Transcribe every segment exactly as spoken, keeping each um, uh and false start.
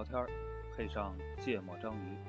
天，配上芥末章鱼。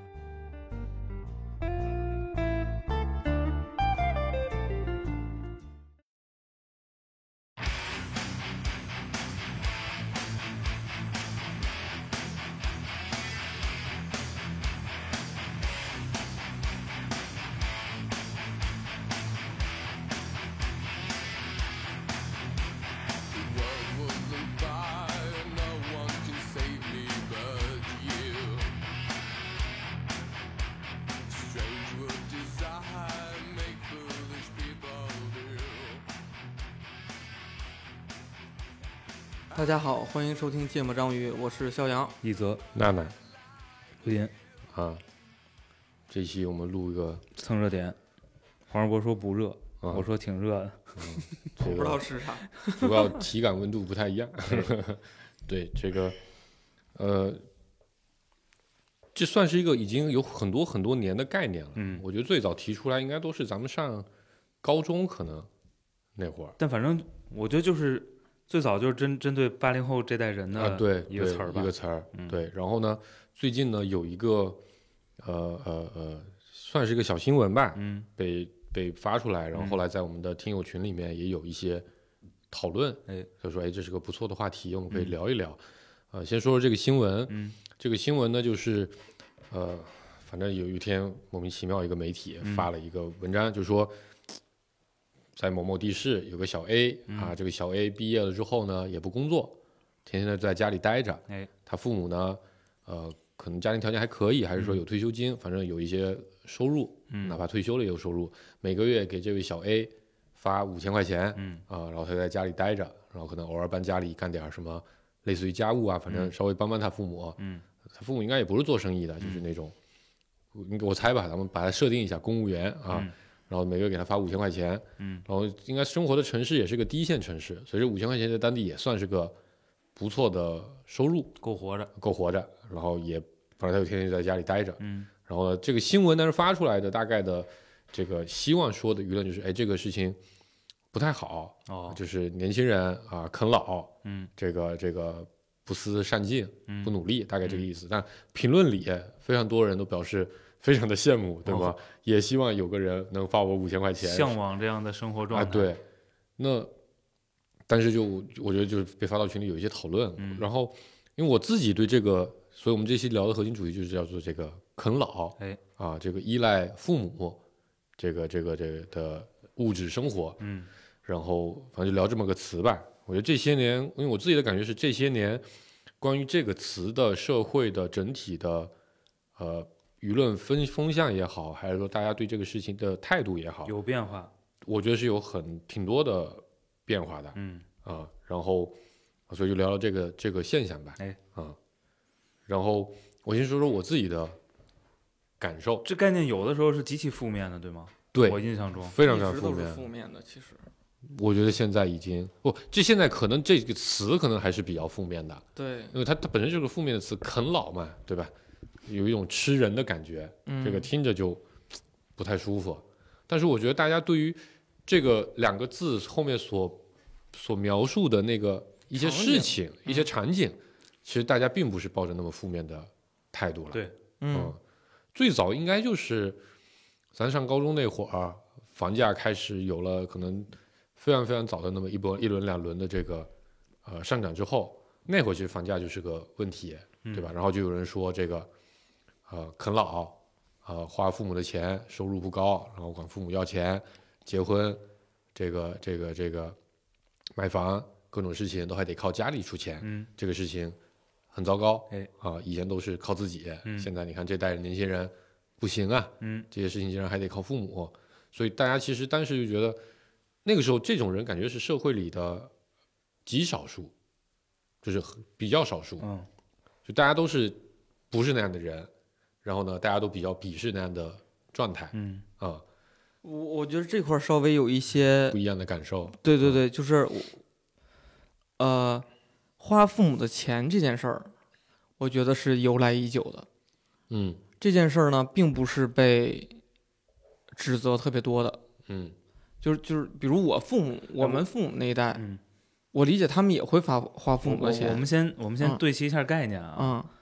大家好，欢迎收听芥末章鱼，我是肖阳、 一泽、 娜娜、 刘岩啊。这期我们录一个蹭热点，黄世博说不热、 啊， 我说挺热的， 嗯，这个、 我不知道是啥， 主要体感温度不太一样。对，这个呃，这算是一个已经有很多很多年的概念了。 嗯， 我觉得最早提出来应该都是咱们上高中可能那会儿， 但反正我觉得就是最早就是针针对八零后这代人的啊，对， 一个词儿吧， 一个词儿、 嗯。 对，然后呢，最近呢有一个呃呃呃，算是一个小新闻吧， 嗯， 被被发出来，然后后来在我们的听友群里面也有一些讨论， 哎， 就说哎，这是个不错的话题，我们可以聊一聊。嗯、呃，先说说这个新闻， 嗯， 这个新闻呢就是呃，反正有一天莫名其妙一个媒体发了一个文章，嗯、就说。在某某地市有个小 A、嗯、啊，这个小 A 毕业了之后呢，也不工作，天天的在家里待着。 哎， 他父母呢，呃，可能家庭条件还可以，还是说有退休金，嗯、反正有一些收入，嗯、哪怕退休了也有收入。每个月给这位小 A 发五千块钱，嗯啊，然后他在家里待着，然后可能偶尔帮家里干点什么，类似于家务啊，反正稍微帮帮他父母。嗯，他父母应该也不是做生意的，就是那种，嗯、我猜吧，咱们把它设定一下，公务员啊。嗯，然后每个月给他发五千块钱，嗯，然后应该生活的城市也是个第一线城市，所以这五千块钱在当地也算是个不错的收入， 够活着， 够活着。然后也，反正他就天天就在家里待着，嗯。然后呢，这个新闻当时发出来的大概的这个希望说的舆论就是，哎，这个事情不太好，哦，就是年轻人啊啃老，嗯，这个这个不思上进，嗯，不努力，大概这个意思。嗯、但评论里非常多人都表示。非常的羡慕，对吗？哦、也希望有个人能发我五千块钱， 向往这样的生活状态。 啊，对。那但是就我觉得就是被发到群里有一些讨论，嗯、然后因为我自己对这个，所以我们这期聊的核心主题就是叫做这个啃老，哎啊，这个依赖父母，这个这个这个的物质生活，嗯，然后反正就聊这么个词吧。我觉得这些年，因为我自己的感觉是这些年关于这个词的社会的整体的呃。舆论风风向也好，还是说大家对这个事情的态度也好， 有变化， 我觉得是有很挺多的变化的，嗯啊，然后所以就聊聊这个这个现象吧，哎啊，然后我先说说我自己的感受。 这概念有的时候是极其负面的，对吗？ 对， 我印象中非常非常负面，负面的。其实， 我觉得现在已经不，这现在可能这个词可能还是比较负面的， 对， 因为它它本身就是个负面的词，啃老嘛，对吧？有一种吃人的感觉，嗯、这个听着就不太舒服。但是我觉得大家对于这个两个字后面所所描述的那个一些事情、嗯、一些场景，其实大家并不是抱着那么负面的态度了。 对， 嗯，嗯最早应该就是咱上高中那会儿，房价开始有了可能非常非常早的那么一波一轮两轮的这个呃上涨之后，那会儿其实房价就是个问题，对吧？嗯、然后就有人说这个。呃，啃老，呃，花父母的钱，收入不高，然后管父母要钱，结婚，这个这个这个，买房，各种事情都还得靠家里出钱，嗯，这个事情很糟糕，哎，啊、呃，以前都是靠自己，嗯，现在你看这代年轻人不行啊，嗯，这些事情竟然还得靠父母，所以大家其实当时就觉得，那个时候这种人感觉是社会里的极少数，就是比较少数，嗯，就大家都是不是那样的人。然后呢，大家都比较鄙视那样的状态，嗯啊， 我我觉得这块稍微有一些不一样的感受。 对对对，就是呃，花父母的钱这件事儿，我觉得是由来已久的。嗯，这件事儿呢，并不是被指责特别多的。嗯，就是就是，比如我父母，我们父母那一代，嗯，我理解他们也会发花父母的钱。 我们先我们先对齐一下概念啊。嗯。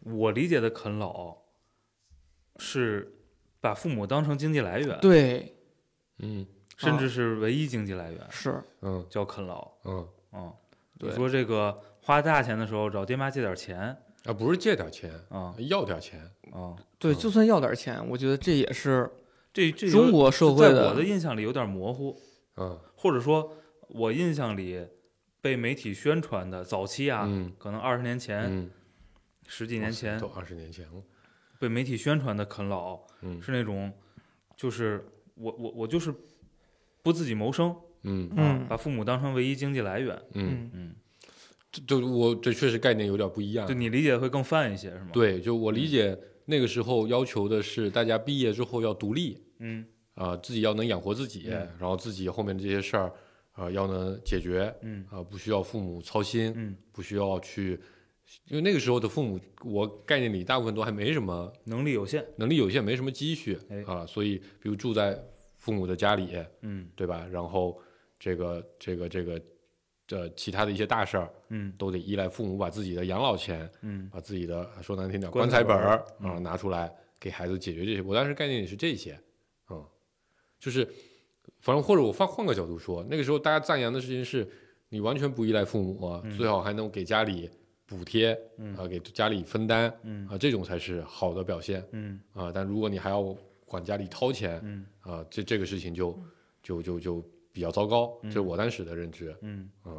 我理解的啃老是把父母当成经济来源， 对， 嗯， 甚至是唯一经济来源， 是， 嗯叫啃老。 嗯嗯， 对你说这个花大钱的时候找爹妈借点钱啊，不是借点钱啊要点钱。 啊， 对， 嗯就算要点钱，我觉得这也是这这有中国社会在我的印象里有点模糊， 嗯或者说我印象里被媒体宣传的早期啊， 嗯可能二十年前、 嗯， 十几年前都二十年前了。 被媒体宣传的啃老， 嗯是那种就是我我我就是不自己谋生， 嗯啊嗯把父母当成唯一经济来源。 嗯， 嗯嗯， 这就我这确实概念有点不一样。 就你理解会更泛一些，是吗？， 对，就我理解那个时候要求的是大家毕业之后要独立嗯啊、自己要能养活自己， 嗯然后自己后面的这些事儿啊、要能解决嗯啊、不需要父母操心， 嗯， 不需要去，因为那个时候的父母，我概念里大部分都还没什么能力有限。 能力有限，没什么积蓄哎啊，所以比如住在父母的家里， 嗯对吧？然后这个这个这个这其他的一些大事儿嗯都得依赖父母把自己的养老钱， 嗯把自己的说难听点棺材棺材本儿本儿啊拿出来给孩子解决这些。我当时概念里是这些，嗯，就是反正或者我换换个角度说，那个时候大家赞扬的事情是你完全不依赖父母啊， 嗯最好还能给家里补贴嗯啊，给家里分担嗯啊，这种才是好的表现嗯啊。但如果你还要管家里掏钱嗯啊，这这个事情就就就就比较糟糕，这是嗯我当时的认知。 嗯啊，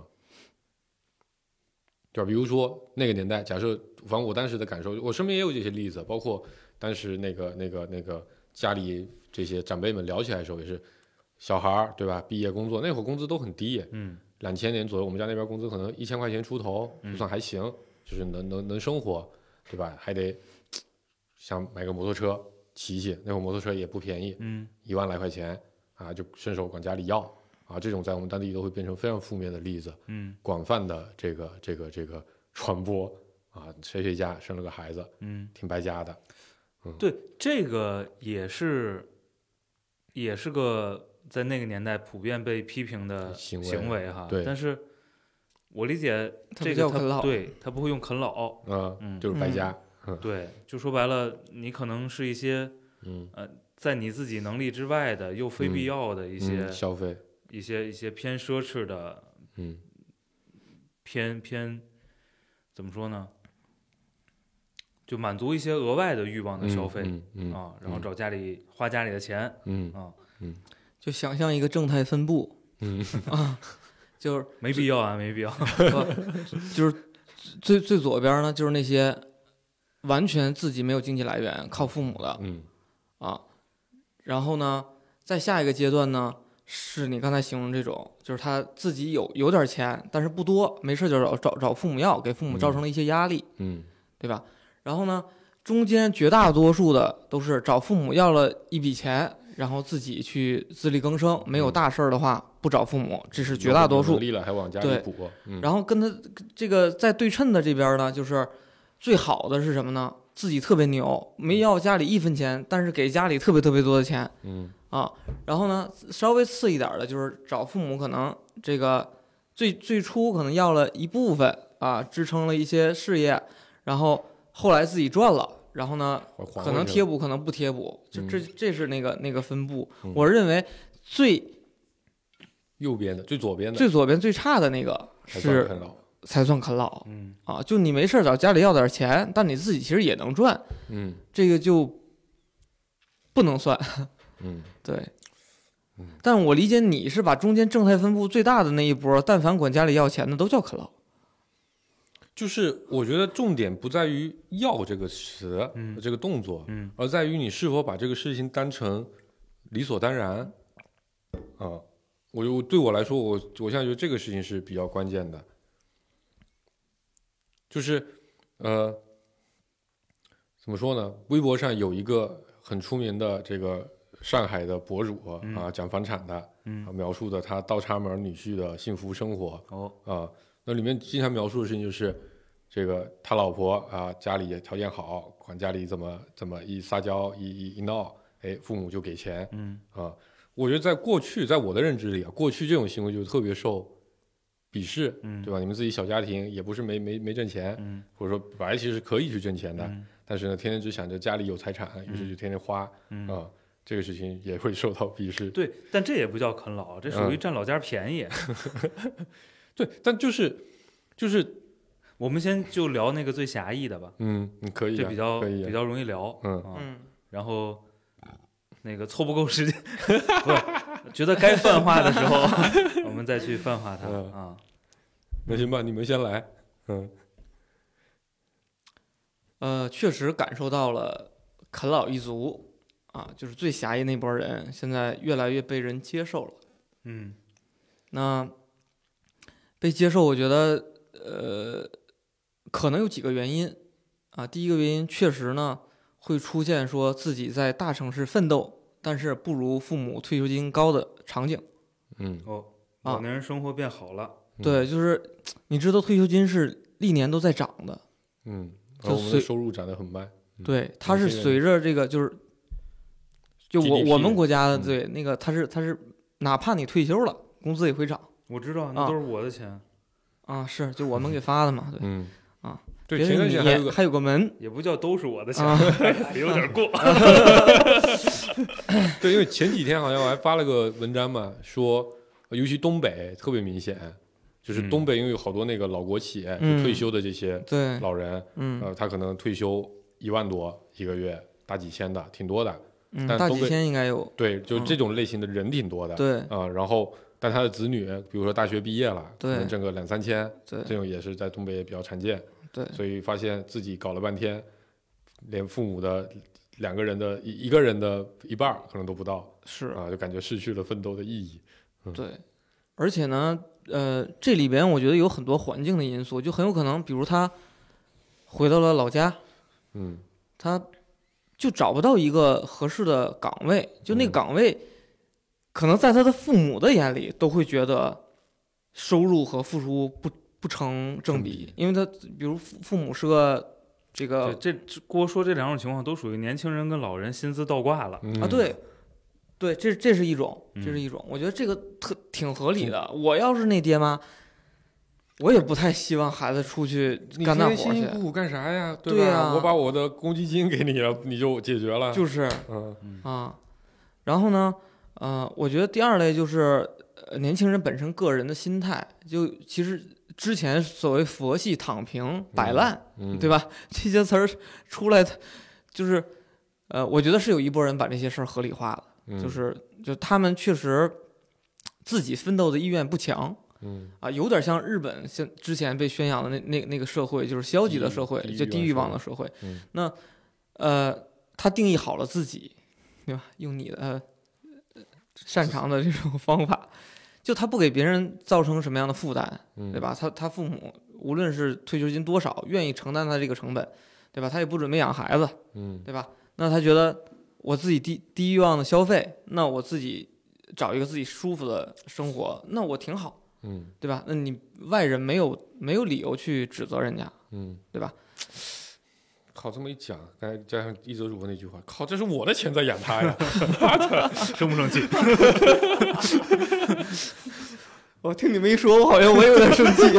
对吧？比如说那个年代，假设反正我当时的感受，我身边也有这些例子，包括当时那个那个那个家里这些长辈们聊起来的时候，也是小孩儿对吧？毕业工作那会儿工资都很低， 嗯两千年左右，我们家那边工资可能一千块钱出头，就算还行，就是能能能生活，对吧？还得想买个摩托车骑骑，那会儿摩托车也不便宜， 嗯一万来块钱啊，就伸手管家里要啊，这种在我们当地都会变成非常负面的例子。 嗯广泛的这个这个这个传播啊，谁谁家生了个孩子， 嗯， 挺败家的。 对，这个也是也是个在那个年代普遍被批评的行为行为哈。 对但是我理解它这个他不叫啃老对他不会用啃老， 啊， 嗯就是败家。 对，就说白了，你可能是一些嗯， 在你自己能力之外的又非必要的一些、 嗯消费， 一些一些偏奢侈的嗯偏偏怎么说呢？就满足一些额外的欲望的消费、 嗯嗯啊，然后找家里、花家里的钱嗯啊， 就想象一个正态分布嗯啊，就是没必要啊，没必要。 就是最最左边呢，就是那些完全自己没有经济来源，靠父母的嗯啊。然后呢，再下一个阶段呢，是你刚才形容这种，就是他自己有有点钱，但是不多，没事就找找找父母要，给父母造成了一些压力， 嗯对吧？然后呢，中间绝大多数的都是找父母要了一笔钱，然后自己去自力更生，没有大事儿的话不找父母，这是绝大多数有能。力了还往家里对补。嗯然后跟他这个在对称的这边呢，就是最好的是什么呢？自己特别牛，没要家里一分钱，但是给家里特别特别多的钱嗯啊。然后呢，稍微次一点的就是找父母，可能这个最最初可能要了一部分啊，支撑了一些事业，然后后来自己赚了。然后呢， 还还可能回去了贴补，可能不贴补，就这这是那个那个分布。 嗯我认为最右边的最左边的最左边最差的那个才算是啃老。 才算啃老。 嗯啊，就你没事儿找家里要点钱，但你自己其实也能赚， 嗯这个就不能算。 嗯对嗯， 但我理解你是把中间正态分布最大的那一波，但凡管家里要钱的都叫啃老。 就是我觉得重点不在于“要”这个词， 嗯这个动作， 嗯而在于你是否把这个事情当成理所当然。啊，我我对我来说，我我现在觉得这个事情是比较关键的。就是呃，怎么说呢？微博上有一个很出名的这个上海的博主啊， 嗯讲房产的， 嗯啊描述的他倒插门女婿的幸福生活。 哦啊，那里面经常描述的事情就是，这个他老婆啊，家里条件好，管家里怎么怎么一撒娇一一一闹，哎，父母就给钱嗯啊。我觉得在过去，在我的认知里啊，过去这种行为就特别受鄙视， 嗯对吧？你们自己小家庭也不是没没没挣钱， 嗯或者说本来其实可以去挣钱的， 嗯但是呢，天天只想着家里有财产，于是就天天花啊、 嗯呃，这个事情也会受到鄙视。 对，但这也不叫啃老，这属于占老家便宜。 对，但就是就是我们先就聊那个最狭义的吧， 嗯，你可以、啊， 这比较可以、啊、 比较容易聊， 嗯啊， 嗯， 然后那个凑不够时间，不是觉得该泛化的时候，我们再去泛化它、 嗯、 啊。 那行吧，你们先来，嗯。 呃，确实感受到了啃老一族啊，就是最狭义那波人，现在越来越被人接受了。 嗯， 那被接受，我觉得呃，可能有几个原因啊。第一个原因，确实呢会出现说自己在大城市奋斗，但是不如父母退休金高的场景。 嗯， 哦，老年人生活变好了。 对，就是你知道退休金是历年都在涨的。 嗯。 就我们的收入涨得很慢， 嗯、对，它是随着这个就是，就我 G D P 我们国家的对、 嗯、 那个它是它是，哪怕你退休了，工资也会涨。 我知道，那都是我的钱。 啊，是就我们给发的嘛，对， 嗯啊， 对，前段时间还有个还有个门， 也不叫都是我的钱， 啊、 有点过。 对，因为前几天好像我还发了个文章嘛，说尤其东北特别明显。就是东北因为有好多那个老国企， 嗯、 就退休的这些老人， 嗯， 呃，他可能退休一万多一个月，大几千的，挺多的。 嗯， 但大几千应该有。 对，就这种类型的人挺多的。 对、 嗯，啊、呃，然后但他的子女，比如说大学毕业了， 对， 可能挣个两三千， 对， 这种也是在东北也比较常见。 对， 所以发现自己搞了半天，连父母的两个人的一一个人的一半可能都不到， 是啊，就感觉失去了奋斗的意义。嗯、 对，而且呢。呃，这里边我觉得有很多环境的因素，就很有可能，比如他回到了老家， 嗯， 他就找不到一个合适的岗位，就那个岗位，嗯、可能在他的父母的眼里都会觉得收入和付出不不成正比，因为他比如父父母是个这个， 这这郭说这两种情况都属于年轻人跟老人薪资倒挂了、 嗯、 啊，对。对，这这是一种，这是一种，嗯、我觉得这个特挺合理的。我要是那爹妈，我也不太希望孩子出去干那活去。 辛辛苦苦干啥呀？对吧？ 对啊、 我把我的公积金给你了，你就解决了。 就是， 嗯啊，然后呢，呃，我觉得第二类就是呃年轻人本身个人的心态，就其实之前所谓佛系、躺平、摆烂， 嗯、 对吧？这些词儿出来，就是呃，我觉得是有一波人把这些事儿合理化了。就是就他们确实自己奋斗的意愿不强， 嗯啊，有点像日本像之前被宣扬的那那那个社会，就是消极的社会，就低欲望的社会。 嗯、 那呃，他定义好了自己，对吧？用你的、呃、擅长的这种方法，就他不给别人造成什么样的负担，对吧？他他父母无论是退休金多少，愿意承担他这个成本，对吧？他也不准备养孩子， 嗯， 对吧？那他觉得。我自己低低欲望的消费，那我自己找一个自己舒服的生活，那我挺好， 嗯， 对吧？那你外人没有没有理由去指责人家， 嗯， 对吧？ 靠，这么一讲，刚才加上一泽主播那句话，靠，这是我的钱在养他呀，妈的， 生不生气？ 我听你们一说，我好像我也有点生气。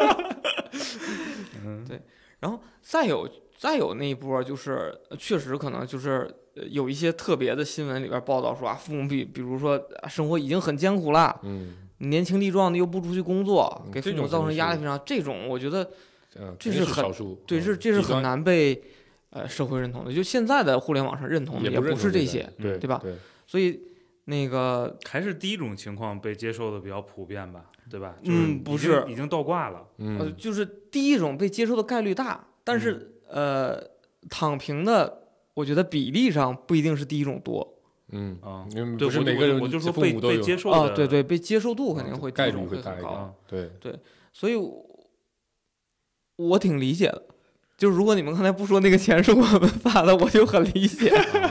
嗯，对，然后再有再有那一波，就是确实可能就是。有一些特别的新闻里边报道说啊，父母比比如说生活已经很艰苦了， 嗯， 年轻力壮的又不出去工作， 嗯、 给父母造成压力非常，这种我觉得这是很、 嗯、 对，这这是很难被呃社会认同的。就现在的互联网上认同的也不是这些， 对对吧？ 对， 所以那个还是第一种情况被接受的比较普遍吧，对吧？ 嗯，不是， 已经倒挂了， 嗯、 呃，就是第一种被接受的概率大，但是、嗯、呃，躺平的。我觉得比例上不一定是第一种多， 嗯啊， 因为不是每个人我就说被被接受啊，对对，被接受度肯定会概率会大一点，对对，所以我，我挺理解的。就是如果你们刚才不说那个钱是我们发的，我就很理解。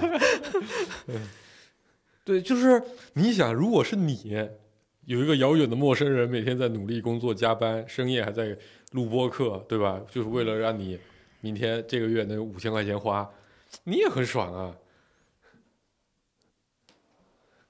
对，就是你想，如果是你有一个遥远的陌生人，每天在努力工作加班，深夜还在录播课，对吧？就是为了让你明天这个月能有五千块钱花。你也很爽啊，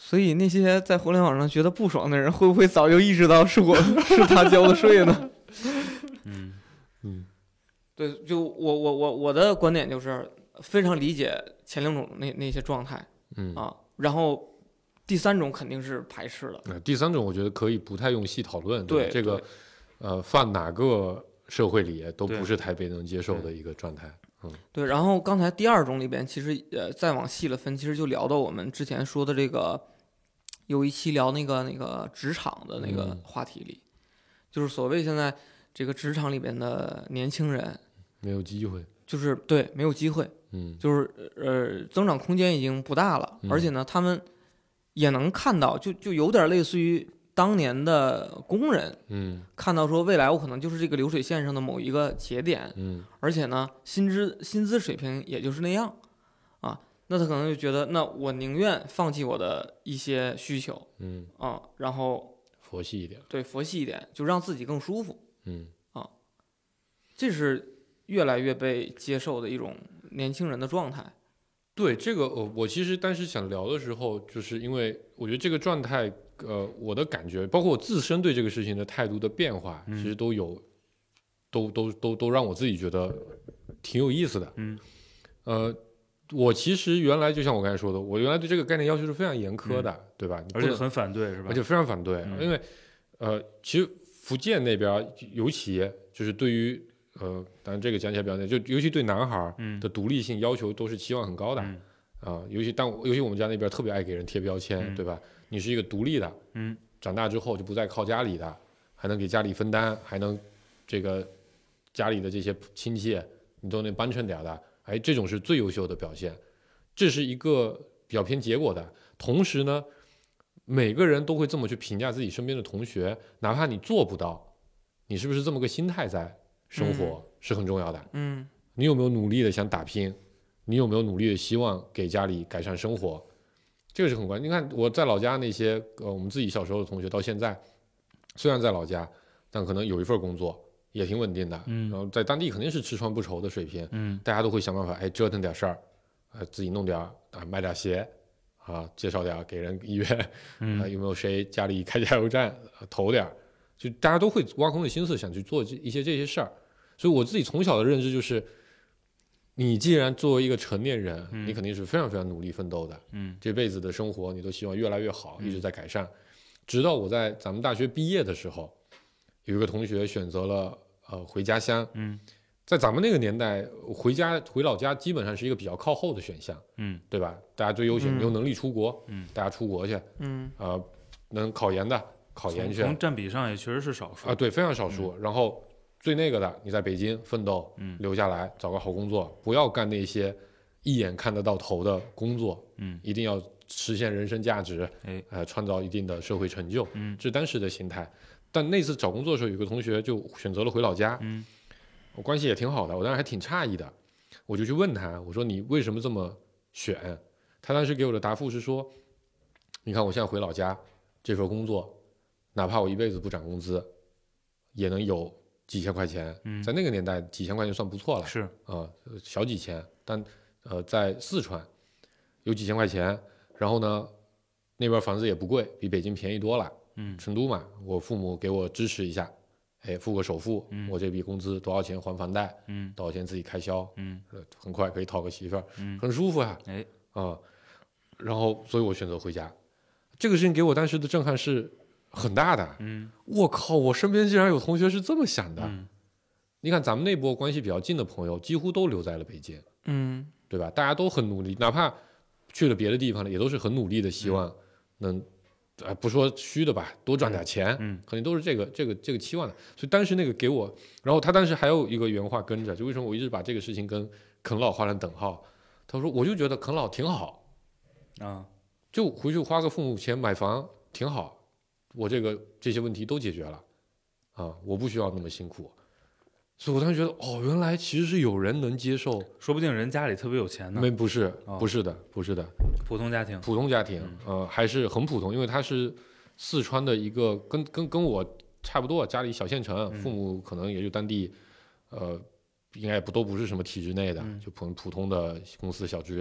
所以那些在互联网上觉得不爽的人，会不会早就意识到是我是他交的税呢？ 嗯嗯， 对，就我我我我的观点就是非常理解前两种那那些状态， 嗯啊，然后第三种肯定是排斥的。 呃、第三种我觉得可以不太用细讨论， 对这个呃放哪个社会里都对不是台北能接受的一个状态。嗯， 对，然后刚才第二种里边，其实呃再往细了分，其实就聊到我们之前说的这个，有一期聊那个那个职场的那个话题里，嗯、就是所谓现在这个职场里边的年轻人没有机会， 就是对没有机会， 嗯， 就是呃增长空间已经不大了， 嗯、 而且呢，他们也能看到，就就有点类似于当年的工人， 嗯， 看到说未来我可能就是这个流水线上的某一个节点， 嗯， 而且呢，薪资薪资水平也就是那样，啊，那他可能就觉得，那我宁愿放弃我的一些需求， 嗯， 啊，然后佛系一点， 对，佛系一点，就让自己更舒服， 嗯， 啊，这是越来越被接受的一种年轻人的状态。 对这个，呃，我其实当时想聊的时候，就是因为我觉得这个状态。呃，我的感觉，包括我自身对这个事情的态度的变化， 嗯、 其实都有，都都都都让我自己觉得挺有意思的。 嗯， 呃，我其实原来就像我刚才说的，我原来对这个概念要求是非常严苛的， 嗯、 对吧？ 而且很反对，是吧？ 而且非常反对， 嗯、 因为呃，其实福建那边尤其就是对于呃，当然这个讲起来比较难，就尤其对男孩的独立性要求都是期望很高的。 嗯啊、呃，尤其但尤其我们家那边特别爱给人贴标签， 嗯、 对吧？你是一个独立的， 嗯， 长大之后就不再靠家里的，还能给家里分担，还能这个家里的这些亲戚你都能帮衬点的，哎，这种是最优秀的表现，这是一个比较偏结果的。同时呢，每个人都会这么去评价自己身边的同学，哪怕你做不到，你是不是这么个心态在生活、嗯、是很重要的。 嗯， 你有没有努力的想打拼？你有没有努力的希望给家里改善生活？这个是很关键。你看我在老家那些呃，我们自己小时候的同学，到现在虽然在老家，但可能有一份工作也挺稳定的， 嗯， 然后在当地肯定是吃穿不愁的水平， 嗯， 大家都会想办法，哎，折腾点事儿，呃，自己弄点啊，卖点鞋，啊，介绍点给人医院， 嗯、 啊，有没有谁家里开加油站，啊、投点，就大家都会挖空的心思想去做一些这些事儿。所以我自己从小的认知就是。你既然作为一个成年人、嗯、你肯定是非常非常努力奋斗的， 嗯， 这辈子的生活你都希望越来越好、 嗯、 一直在改善，直到我在咱们大学毕业的时候，有一个同学选择了呃回家乡， 嗯， 在咱们那个年代回家回老家基本上是一个比较靠后的选项， 嗯， 对吧？大家最优先、 嗯、 有能力出国， 嗯， 大家出国去， 嗯， 呃，能考研的考研去， 从占比上也确实是少数啊、呃，对，非常少数， 嗯、 然后。最那个的，你在北京奋斗， 嗯， 留下来找个好工作，不要干那些一眼看得到头的工作， 嗯， 一定要实现人生价值， 哎， 呃，创造一定的社会成就， 嗯， 这是当时的心态。但那次找工作的时候，有个同学就选择了回老家， 嗯， 我关系也挺好的，我当时还挺诧异的，我就去问他，我说你为什么这么选？他当时给我的答复是说，你看我现在回老家这份工作，哪怕我一辈子不涨工资，也能有。几千块钱， 嗯， 在那个年代几千块钱算不错了， 是啊、呃，小几千，但呃，在四川有几千块钱，然后呢，那边房子也不贵，比北京便宜多了， 嗯， 成都嘛，我父母给我支持一下，哎，付个首付， 嗯、 我这笔工资多少钱还房贷， 嗯， 多少钱自己开销， 嗯， 很快可以讨个媳妇儿， 嗯， 很舒服啊， 哎， 啊、呃，然后所以我选择回家，这个事情给我当时的震撼是很大的， 嗯， 我靠，我身边竟然有同学是这么想的。 嗯， 你看咱们那波关系比较近的朋友，几乎都留在了北京， 嗯， 对吧？大家都很努力，哪怕去了别的地方了，也都是很努力的，希望能，啊、呃，不说虚的吧，多赚点钱， 嗯， 肯定都是这个这个这个期望的。所以当时那个给我，然后他当时还有一个原话跟着，就为什么我一直把这个事情跟啃老画上等号？他说我就觉得啃老挺好， 啊， 就回去花个父母钱买房挺好，我这个这些问题都解决了，啊，我不需要那么辛苦。所以我当时觉得，哦，原来其实是有人能接受， 说不定人家里特别有钱呢。 没，不是， 哦、 不是的，不是的， 普通家庭， 普通家庭，嗯、呃，还是很普通，因为他是四川的一个跟跟跟我差不多，家里小县城， 嗯、 父母可能也就当地，呃，应该也不都不是什么体制内的， 嗯、 就普普通的公司小职员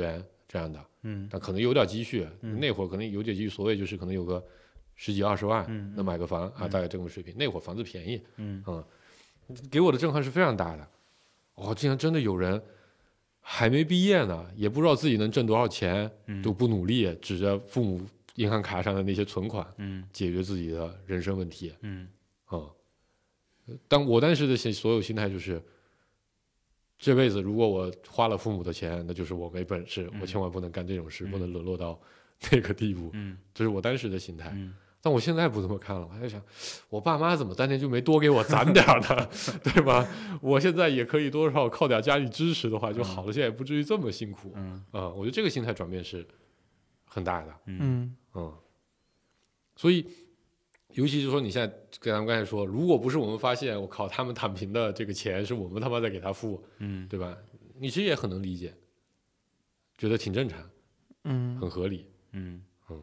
这样的， 嗯， 但可能有点积蓄， 嗯、 那会儿可能有点积蓄，所谓就是可能有个十几二十万， 嗯， 能买个房、 嗯、 啊，大概这种水平。那会儿房子便宜， 嗯嗯，给我的震撼是非常大的。哦，竟然真的有人还没毕业呢，也不知道自己能挣多少钱， 嗯、 都不努力，指着父母银行卡上的那些存款， 嗯， 解决自己的人生问题， 嗯， 啊、嗯，但我当时的心所有心态就是。这辈子如果我花了父母的钱，那就是我没本事， 嗯、 我千万不能干这种事， 嗯、 不能沦落到那个地步。 嗯， 这是我当时的心态。 嗯， 但我现在不这么看了，我还在想，我爸妈怎么当年就没多给我攒点呢？对吧？我现在也可以多少靠点家里支持的话就好了，现在也不至于这么辛苦。 嗯， 啊、嗯，我觉得这个心态转变是很大的。 嗯嗯，所以。尤其是说，你现在跟咱们刚才说，如果不是我们发现，我靠，他们躺平的这个钱是我们他妈在给他付， 嗯， 对吧？你其实也很能理解，觉得挺正常， 嗯， 很合理， 嗯嗯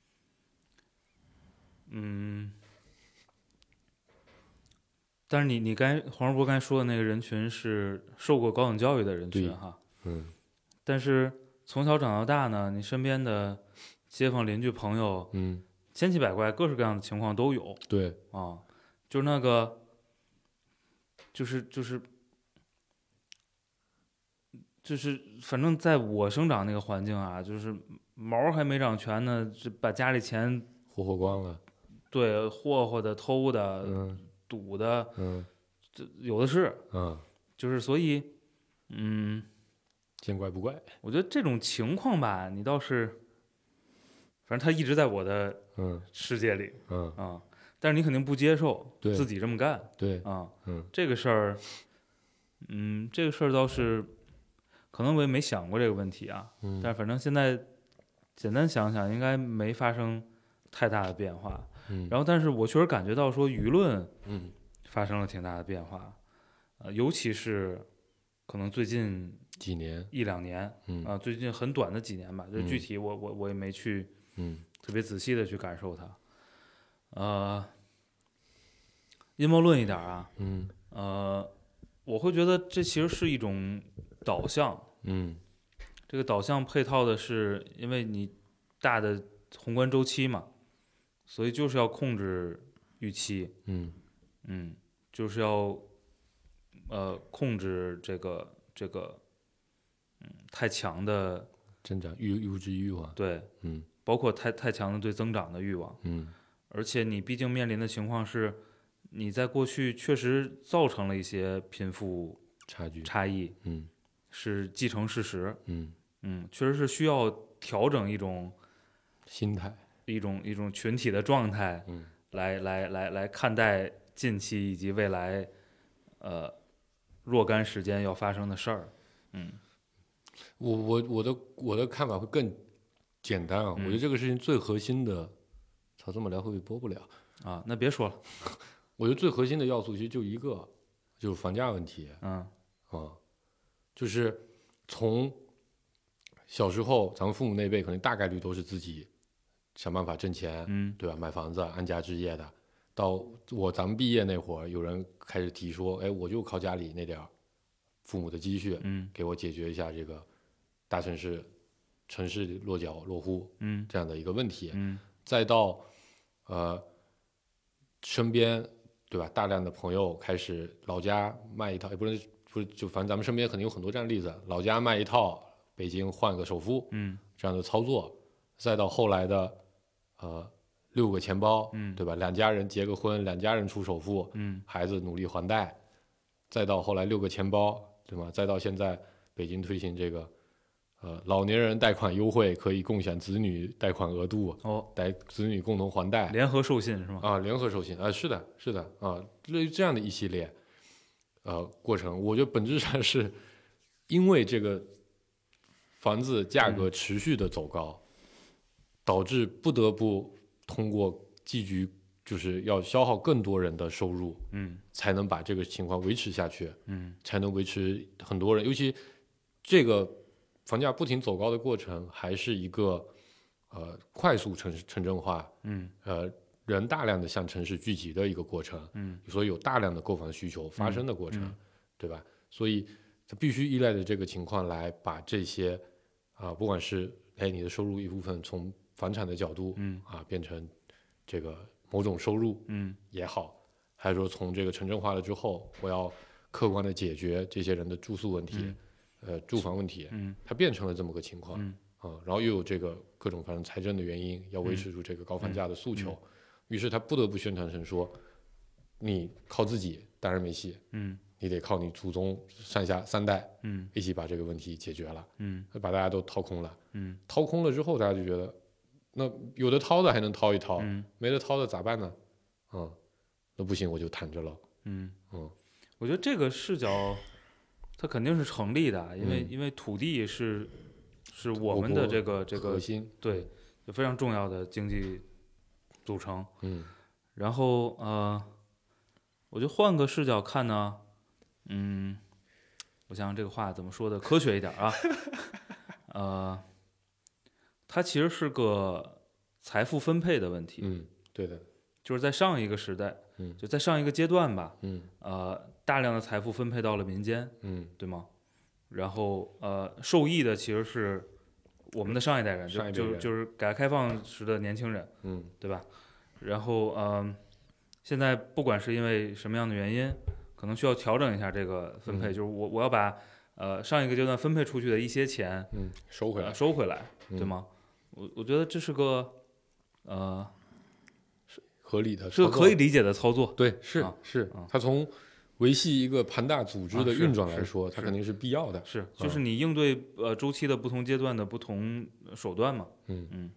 嗯。但是你你刚才黄世博刚才说的那个人群是受过高等教育的人群哈， 嗯， 但是从小长到大呢，你身边的街坊邻居朋友， 嗯。 千奇百怪，各式各样的情况都有。 对啊，就是那个，就是就是就是，反正在我生长那个环境啊，就是毛还没长全呢，就把家里钱霍霍光了。 对，霍霍的、偷的、 嗯、 赌的， 嗯， 这有的是。 嗯， 就是所以，嗯， 见怪不怪。 我觉得这种情况吧，你倒是。反正他一直在我的世界里， 嗯啊，但是你肯定不接受自己这么干， 对啊， 嗯， 这个事儿，嗯，这个事儿倒是，可能我也没想过这个问题啊， 嗯， 但是反正现在简单想想，应该没发生太大的变化， 嗯， 然后但是我确实感觉到说舆论， 嗯， 发生了挺大的变化，呃，尤其是可能最近几年一两年， 嗯， 啊，最近很短的几年吧，就具体我我我也没去。 嗯， 特别仔细的去感受它，呃，阴谋论一点啊， 嗯， 呃，我会觉得这其实是一种导向， 嗯， 这个导向配套的是，因为你大的宏观周期嘛，所以就是要控制预期， 嗯， 嗯，就是要呃控制这个这个，嗯，太强的增长欲物质欲望， 对， 嗯。 包括太太强的对增长的欲望， 嗯， 而且你毕竟面临的情况是，你在过去确实造成了一些贫富差距差异， 嗯， 是既成事实， 嗯嗯，确实是需要调整一种心态， 一种一种群体的状态， 嗯， 来来来来看待近期以及未来，呃，若干时间要发生的事儿，嗯， 我我我的我的看法会更。简单啊， 嗯、 我觉得这个事情最核心的，操，这么聊会不会播不了啊？那别说了。 我觉得最核心的要素其实就一个，就是房价问题。 嗯啊，就是从小时候，咱们父母那辈可能大概率都是自己想办法挣钱， 嗯， 对吧？买房子、安家置业的。到我咱们毕业那会儿，有人开始提说，哎，我就靠家里那点父母的积蓄， 嗯， 给我解决一下这个大城市。城市落脚落户， 嗯， 这样的一个问题， 嗯， 再到，呃，身边对吧？大量的朋友开始老家卖一套，也不能不是就反正咱们身边肯定有很多这样的例子，老家卖一套，北京换个首付， 嗯， 这样的操作，再到后来的，呃，六个钱包， 嗯， 对吧？两家人结个婚，两家人出首付， 嗯， 孩子努力还贷，再到后来六个钱包，对吗？再到现在北京推行这个。呃，老年人贷款优惠可以共享子女贷款额度哦， 贷子女共同还贷， 联合授信是吗？ 啊，联合授信啊，是的，是的啊，类似这样的一系列呃过程，我觉得本质上是因为这个房子价格持续的走高，嗯、导致不得不通过寄居，就是要消耗更多人的收入， 嗯， 才能把这个情况维持下去， 嗯， 才能维持很多人，尤其这个。房价不停走高的过程，还是一个呃快速城城镇化， 嗯， 呃人大量的向城市聚集的一个过程， 嗯， 所以有大量的购房需求发生的过程， 嗯嗯、 对吧？所以它必须依赖着这个情况来把这些啊、 啊，不管是哎你的收入一部分从房产的角度， 嗯啊变成这个某种收入， 嗯也好，还是说从这个城镇化了之后，我要客观的解决这些人的住宿问题， 嗯呃住房问题， 嗯它变成了这么个情况， 嗯啊，然后又有这个各种反正财政的原因，要维持住这个高房价的诉求， 嗯于是他不得不宣传成说，你靠自己当然没戏， 嗯你得靠你祖宗上下三代嗯一起把这个问题解决了， 嗯把大家都掏空了， 嗯掏空了之后，大家就觉得，那有的掏的还能掏一掏， 嗯没得掏的咋办呢？嗯，那不行，我就躺着了。 嗯嗯， 我觉得这个视角它肯定是成立的，因为、 嗯因为土地是是我们的这个这个核心， 对，就非常重要的经济组成。 嗯然后呃，我就换个视角看呢，嗯，我想想这个话怎么说的科学一点啊，呃，它其实是个财富分配的问题， 嗯，对的， 就是在上一个时代， 嗯就在上一个阶段吧， 嗯呃，大量的财富分配到了民间， 嗯， 对吗？然后呃，受益的其实是我们的上一代人，就上一辈人就就是改革开放时的年轻人， 嗯对吧？然后嗯、呃，现在不管是因为什么样的原因，可能需要调整一下这个分配， 嗯就是我我要把呃上一个阶段分配出去的一些钱， 嗯，收回来， 呃、收回来， 嗯对吗？我我觉得这是个呃合理的， 是个可以，理解的操作， 对，是啊是啊， 它从维系一个庞大组织的啊是运转来是说，它是肯定是必要的。 是就是你应对呃周期的不同阶段的不同手段嘛， 嗯嗯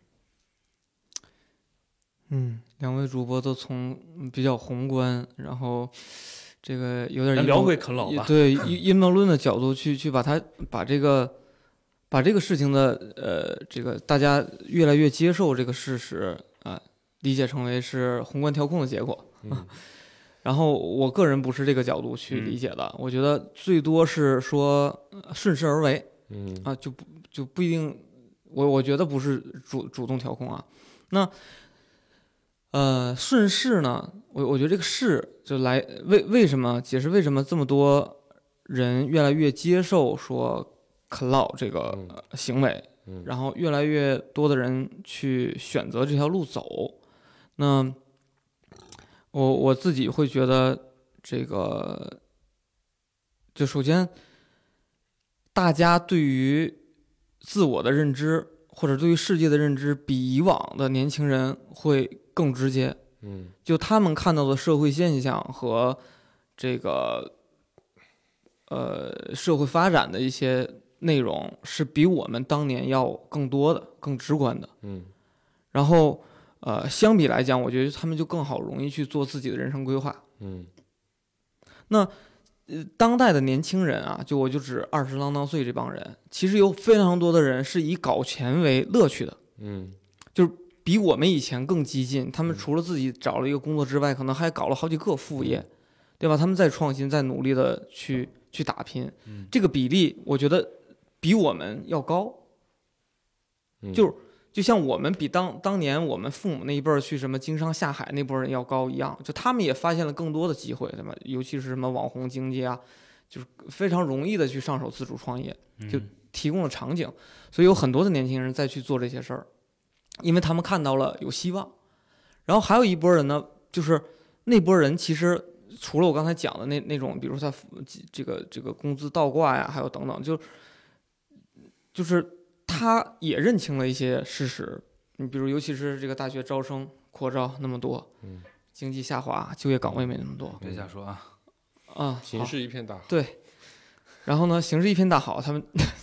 嗯，两位主播都从比较宏观，然后这个有点咱聊阴谋回啃老吧， 对阴阴谋论的角度去去把它把这个把这个事情的呃这个大家越来越接受这个事实啊、理解成为是宏观调控的结果。 嗯然后我个人不是这个角度去理解的， 嗯、 我觉得最多是说顺势而为， 嗯啊，就不就不一定，我我觉得不是主主动调控啊。那呃顺势呢，我我觉得这个势就来为为什么解释为什么这么多人越来越接受说啃老这个、 嗯呃、行为， 嗯然后越来越多的人去选择这条路走，那。我我自己会觉得，这个就首先，大家对于自我的认知或者对于世界的认知，比以往的年轻人会更直接。 嗯， 就他们看到的社会现象和这个呃社会发展的一些内容，是比我们当年要更多的、更直观的。 嗯， 然后。呃，相比来讲，我觉得他们就更好容易去做自己的人生规划。 嗯， 那呃，当代的年轻人啊，就我就指二十郎当岁这帮人，其实有非常多的人是以搞钱为乐趣的。 嗯， 就是比我们以前更激进。他们除了自己找了一个工作之外，可能还搞了好几个副业，对吧？他们在创新，在努力的去去打拼。 嗯， 这个比例，我觉得比我们要高。 嗯、 就是。就像我们比当当年我们父母那一辈儿去什么经商下海那波人要高一样，就他们也发现了更多的机会，对吧？尤其是什么网红经济啊，就是非常容易的去上手自主创业，就提供了场景，所以有很多的年轻人再去做这些事儿，因为他们看到了有希望。然后还有一波人呢，就是那波人其实除了我刚才讲的那那种，比如他这个这个工资倒挂呀，还有等等，就就是。他也认清了一些事实，你比如尤其是这个大学招生扩招那么多， 嗯， 经济下滑，就业岗位没那么多， 别瞎说啊， 啊， 形势一片大好， 对，然后呢，形势一片大好，他们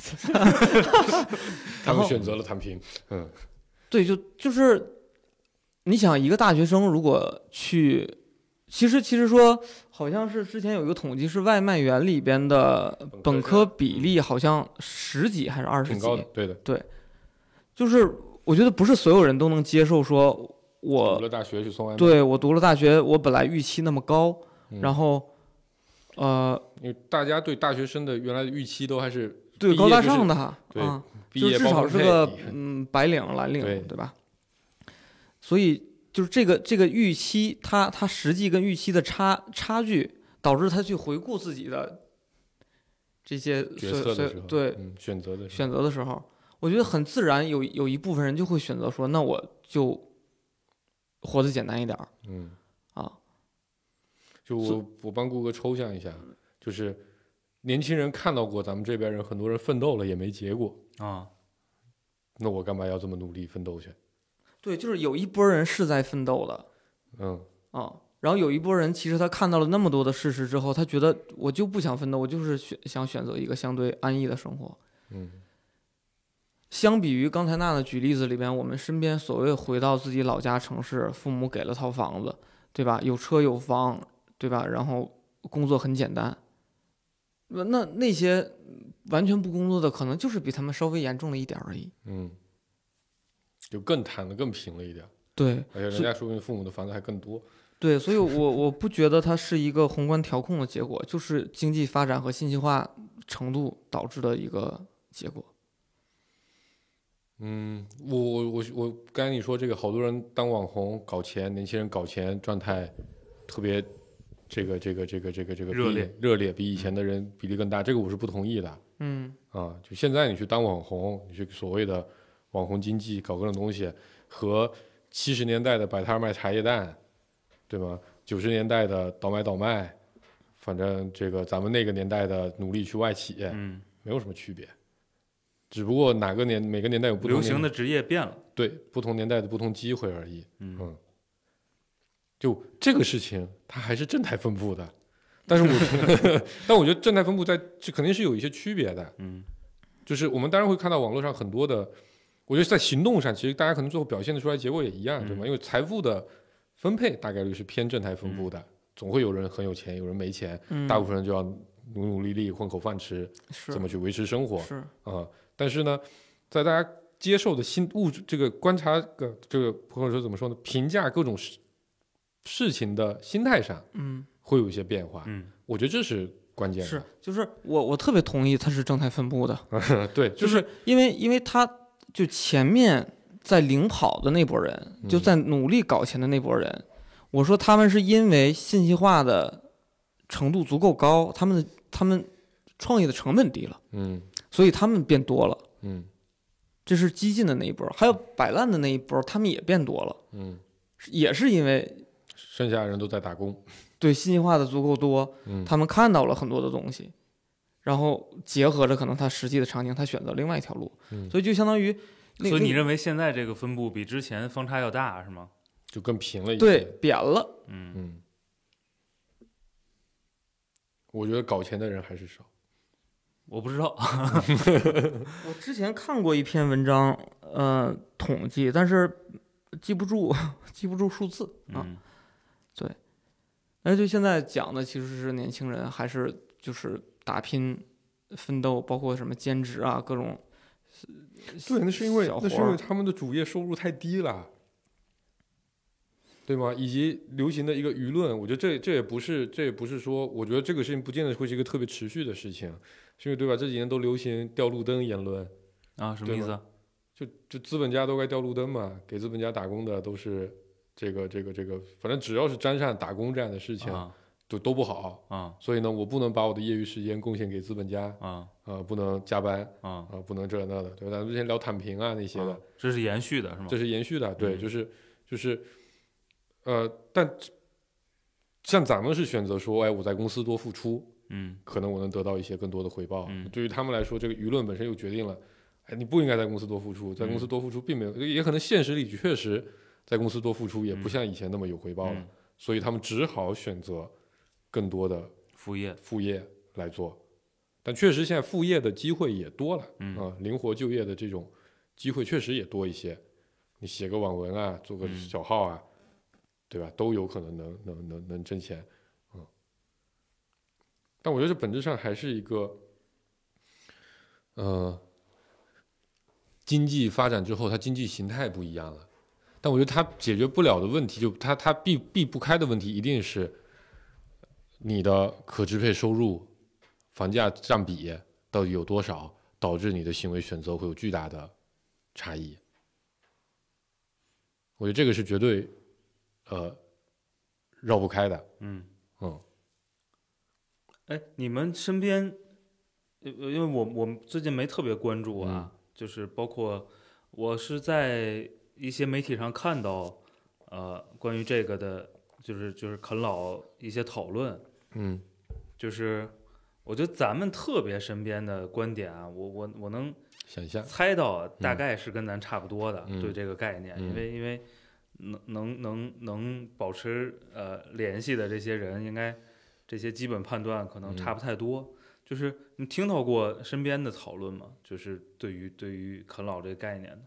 他们选择了躺平，嗯， 对，就就是你想一个大学生如果去，其实其实说好像是之前有一个统计是外卖员里边的本科比例好像十几还是二十几， 挺高的，对的， 对，就是我觉得不是所有人都能接受说我读了大学去送外卖， 对我读了大学，我本来预期那么高， 嗯、 然后呃， 因为大家对大学生的原来的预期都还是对高大上的哈， 对， 啊， 毕业就至少是个嗯白领蓝领， 对对吧？所以。就是这个这个预期，它它实际跟预期的差差距，导致他去回顾自己的这些决策的时候， 对、 嗯、选择的时候选择的时候， 我觉得很自然有有一部分人就会选择说，那我就活得简单一点儿。 嗯啊， 就我我帮顾哥抽象一下，就是年轻人看到过咱们这边人很多人奋斗了也没结果啊， 那我干嘛要这么努力奋斗去？ 对，就是有一波人是在奋斗的， 嗯啊，然后有一波人其实他看到了那么多的事实之后，他觉得我就不想奋斗，我就是选想选择一个相对安逸的生活。 嗯， 相比于刚才娜娜举例子里边，我们身边所谓回到自己老家城市，父母给了套房子，对吧？有车有房，对吧？然后工作很简单，那那些完全不工作的，可能就是比他们稍微严重了一点而已。 嗯，就更坦的更平了一点。 对， 而且人家说不定父母的房子还更多。 对，所以我我不觉得它是一个宏观调控的结果，就是经济发展和信息化程度导致的一个结果。 嗯，我我我我刚才你说这个，好多人当网红搞钱，年轻人搞钱状态特别这个这个这个这个这个热烈热烈，比以前的人比例更大，这个我是不同意的。 嗯啊，就现在你去当网红，你去所谓的网红经济搞各种东西，和七十年代的摆摊卖茶叶蛋，对吗？九十年代的倒买倒卖，反正这个咱们那个年代的努力去外企， 嗯， 没有什么区别，只不过哪个年每个年代有不同流行的职业变了， 对不同年代的不同机会而已。 嗯， 嗯，就这个事情，它还是正态分布的，但是我但我觉得正态分布在这肯定是有一些区别的。 嗯， 就是我们当然会看到网络上很多的，我觉得在行动上，其实大家可能最后表现的出来结果也一样， 嗯对吗？因为财富的分配大概率是偏正态分布的， 嗯、 总会有人很有钱，有人没钱， 嗯、 大部分人就要努努力力混口饭吃， 是怎么去维持生活是啊、 呃？但是呢，在大家接受的新物质这个观察个这个或者说怎么说呢，评价各种事事情的心态上， 嗯， 会有一些变化。 嗯， 我觉得这是关键的。 是，就是我我特别同意它是正态分布的。 对， 就就是因为因为它就前面在领跑的那波人，就在努力搞钱的那波人，嗯、我说他们是因为信息化的程度足够高，他们的他们创业的成本低了， 嗯， 所以他们变多了， 嗯， 这是激进的那一波，还有摆烂的那一波，他们也变多了， 嗯， 也是因为剩下的人都在打工， 对信息化的足够多， 嗯， 他们看到了很多的东西，然后结合着可能他实际的场景，他选择另外一条路， 嗯、 所以就相当于。 所以你认为现在这个分布比之前方差要大是吗？ 就更平了一些， 对，扁了。 嗯嗯，我觉得搞钱的人还是少。 我不知道， 我之前看过一篇文章，呃，统计，但是记不住，记不住数字啊。 嗯、 对，那就现在讲的其实是年轻人还是就是打拼、奋斗，包括什么兼职啊，各种。 对，那是因为那是因为他们的主业收入太低了，对吗？以及流行的一个舆论，我觉得这这也不是这也不是说，我觉得这个事情不见得会是一个特别持续的事情，是因为对吧？这几年都流行掉路灯言论啊，什么意思？ 就就资本家都该掉路灯嘛，给资本家打工的都是这个这个这个，反正只要是沾上打工这样的事情。啊就都不好啊， 所以呢，我不能把我的业余时间贡献给资本家啊， 呃，不能加班啊， 呃，不能这那的，对吧？咱们之前聊躺平啊那些的， 啊、这是延续的，是吗？ 这是延续的，对， 嗯、 就是就是，呃，但像咱们是选择说，哎，我在公司多付出， 嗯， 可能我能得到一些更多的回报。 嗯， 对于他们来说，这个舆论本身又决定了，哎，你不应该在公司多付出，在公司多付出并没有，嗯、也可能现实里确实在公司多付出也不像以前那么有回报了， 嗯、 所以他们只好选择。更多的副业副业来做，但确实现在副业的机会也多了， 嗯啊，灵活就业的这种机会确实也多一些。你写个网文啊，做个小号啊， 嗯、 对吧？都有可能能能能能挣钱，嗯。但我觉得这本质上还是一个，呃，经济发展之后，它经济形态不一样了。但我觉得它解决不了的问题，就它它避避不开的问题，一定是。你的可支配收入、房价占比到底有多少，导致你的行为选择会有巨大的差异？我觉得这个是绝对，呃，绕不开的。 嗯嗯。 哎，你们身边，因为我我最近没特别关注啊， 就是包括我是在一些媒体上看到，呃，关于这个的，就是就是啃老一些讨论， 嗯， 就是我觉得咱们特别身边的观点啊，我我我能想象猜到大概是跟咱差不多的， 嗯、 对这个概念， 嗯、 因为因为能能能能保持呃联系的这些人，应该这些基本判断可能差不太多。嗯，就是你听到过身边的讨论吗？就是对于对于啃老这个概念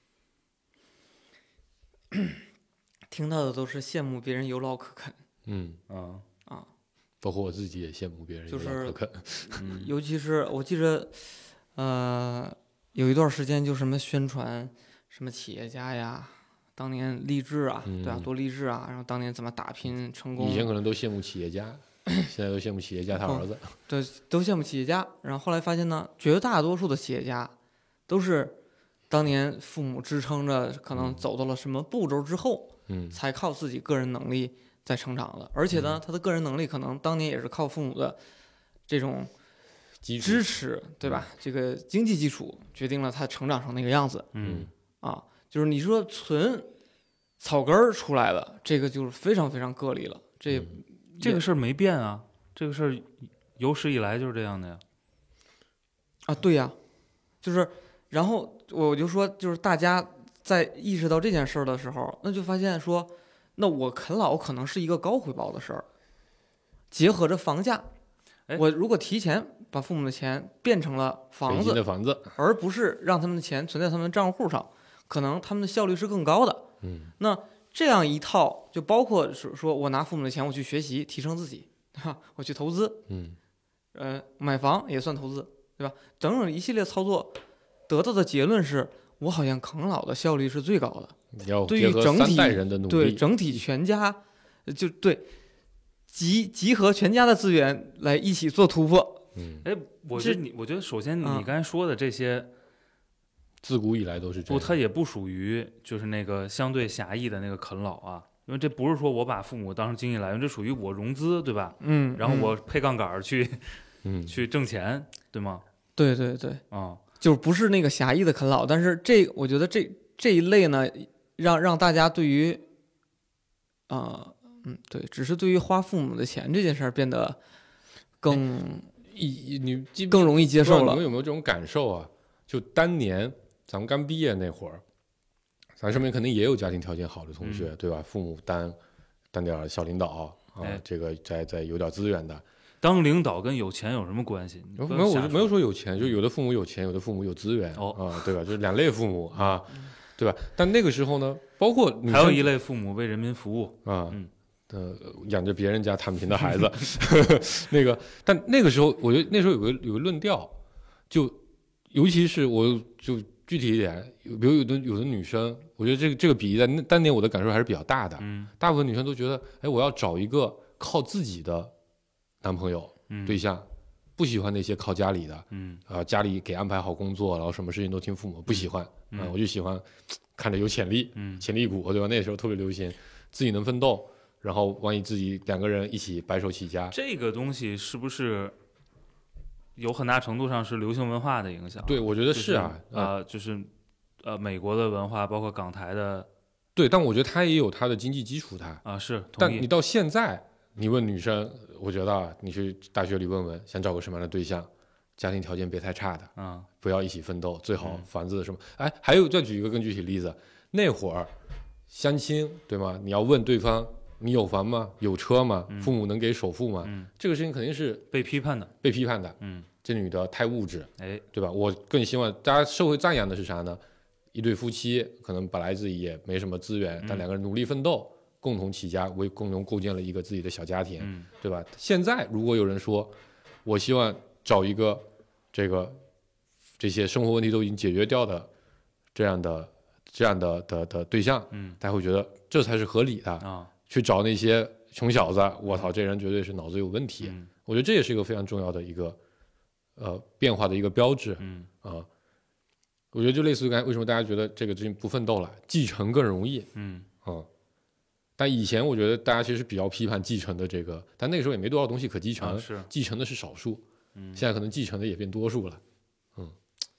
的，听到的都是羡慕别人有老可啃。 嗯啊啊， 包括我自己也羡慕别人有老可啃。 就是、尤其是我记着，呃，有一段时间就什么宣传什么企业家呀，当年励志啊， 嗯、 对啊，多励志啊，然后当年怎么打拼成功。 以前可能都羡慕企业家。现在都羡慕企业家他儿子， 对，都羡慕企业家。然后后来发现呢，绝大多数的企业家都是当年父母支撑着，可能走到了什么步骤之后， 嗯， 才靠自己个人能力在成长的。而且呢， 嗯、 他的个人能力可能当年也是靠父母的这种支持，对吧？ 嗯、 这个经济基础决定了他成长成那个样子。 嗯， 啊，就是你说纯草根儿出来的，这个就是非常非常个例了。这。 嗯这个事儿没变啊，这个事儿有史以来就是这样的呀。 啊，对呀，就是，然后我就说，就是大家在意识到这件事儿的时候，那就发现说，那我啃老可能是一个高回报的事儿，结合着房价，我如果提前把父母的钱变成了房子， 的房子， 而不是让他们的钱存在他们的账户上，可能他们的效率是更高的。 嗯， 那。这样一套就包括说，说我拿父母的钱，我去学习提升自己，对吧？我去投资， 嗯， 呃，买房也算投资，对吧？整整一系列操作，得到的结论是我好像啃老的效率是最高的。 要对于整体人的努力， 对整体全家，就对集集合全家的资源来一起做突破。 嗯， 哎，我觉得你，我觉得首先你刚才说的这些。嗯， 自古以来都是这样。 不，它也不属于就是那个相对狭义的那个啃老啊，因为这不是说我把父母当成经济来源，这属于我融资，对吧？ 嗯， 然后我配杠杆去， 嗯， 去挣钱，对吗？ 对对对， 啊、嗯， 就不是那个狭义的啃老，但是这我觉得这这一类呢，让让大家对于，啊、呃，嗯，对，只是对于花父母的钱这件事儿变得更一你更容易接受了。 你们有没有这种感受啊？就当年。咱们刚毕业那会儿，咱身边肯定也有家庭条件好的同学， 嗯、 对吧？父母当当点小领导啊， 哎、 这个在在有点资源的。 当领导跟有钱有什么关系？ 没有，我没有说有钱，就有的父母有钱，有的父母有资源、 哦、 啊，对吧？就是两类父母啊，对吧？但那个时候呢，包括还有一类父母为人民服务啊， 嗯， 呃，养着别人家躺平的孩子，那个，但那个时候，我觉得那时候有个有个论调，就尤其是我就。具体一点，比如有的有的女生，我觉得这个这个比例在当年我的感受还是比较大的。 嗯， 大部分女生都觉得，哎，我要找一个靠自己的男朋友、 嗯、 对象，不喜欢那些靠家里的。 嗯， 啊、呃，家里给安排好工作，然后什么事情都听父母，不喜欢。 嗯， 呃、我就喜欢看着有潜力， 嗯， 潜力股，对吧？那时候特别流行，自己能奋斗，然后万一自己两个人一起白手起家， 这个东西是不是？有很大程度上是流行文化的影响， 对，我觉得是啊， 就是、呃，就是，呃，美国的文化，包括港台的， 对，但我觉得它也有它的经济基础，它啊是， 但你到现在，你问女生，我觉得啊，你去大学里问问，想找个什么样的对象，家庭条件别太差的， 嗯， 不要一起奋斗，最好房子什么，嗯、哎，还有再举一个更具体例子，那会儿相亲对吗？你要问对方。你有房吗？有车吗？ 嗯、 父母能给首付吗？ 嗯， 这个事情肯定是被批判的， 被批判的。 嗯， 这女的太物质， 哎， 对吧？我更希望大家社会赞扬的是啥呢？一对夫妻可能本来自己也没什么资源， 嗯、 但两个人努力奋斗，共同起家，为共同构建了一个自己的小家庭， 嗯、 对吧？现在如果有人说，我希望找一个这个这些生活问题都已经解决掉的这样的这样的的的对象， 嗯， 大家会觉得这才是合理的啊。 去找那些穷小子，我操，这人绝对是脑子有问题。 嗯、 我觉得这也是一个非常重要的一个呃变化的一个标志。 嗯啊、呃，我觉得就类似于刚才为什么大家觉得这个最近不奋斗了，继承更容易。 嗯啊、呃，但以前我觉得大家其实比较批判继承的这个，但那个时候也没多少东西可继承， 啊、是继承的是少数。 嗯， 现在可能继承的也变多数了。嗯，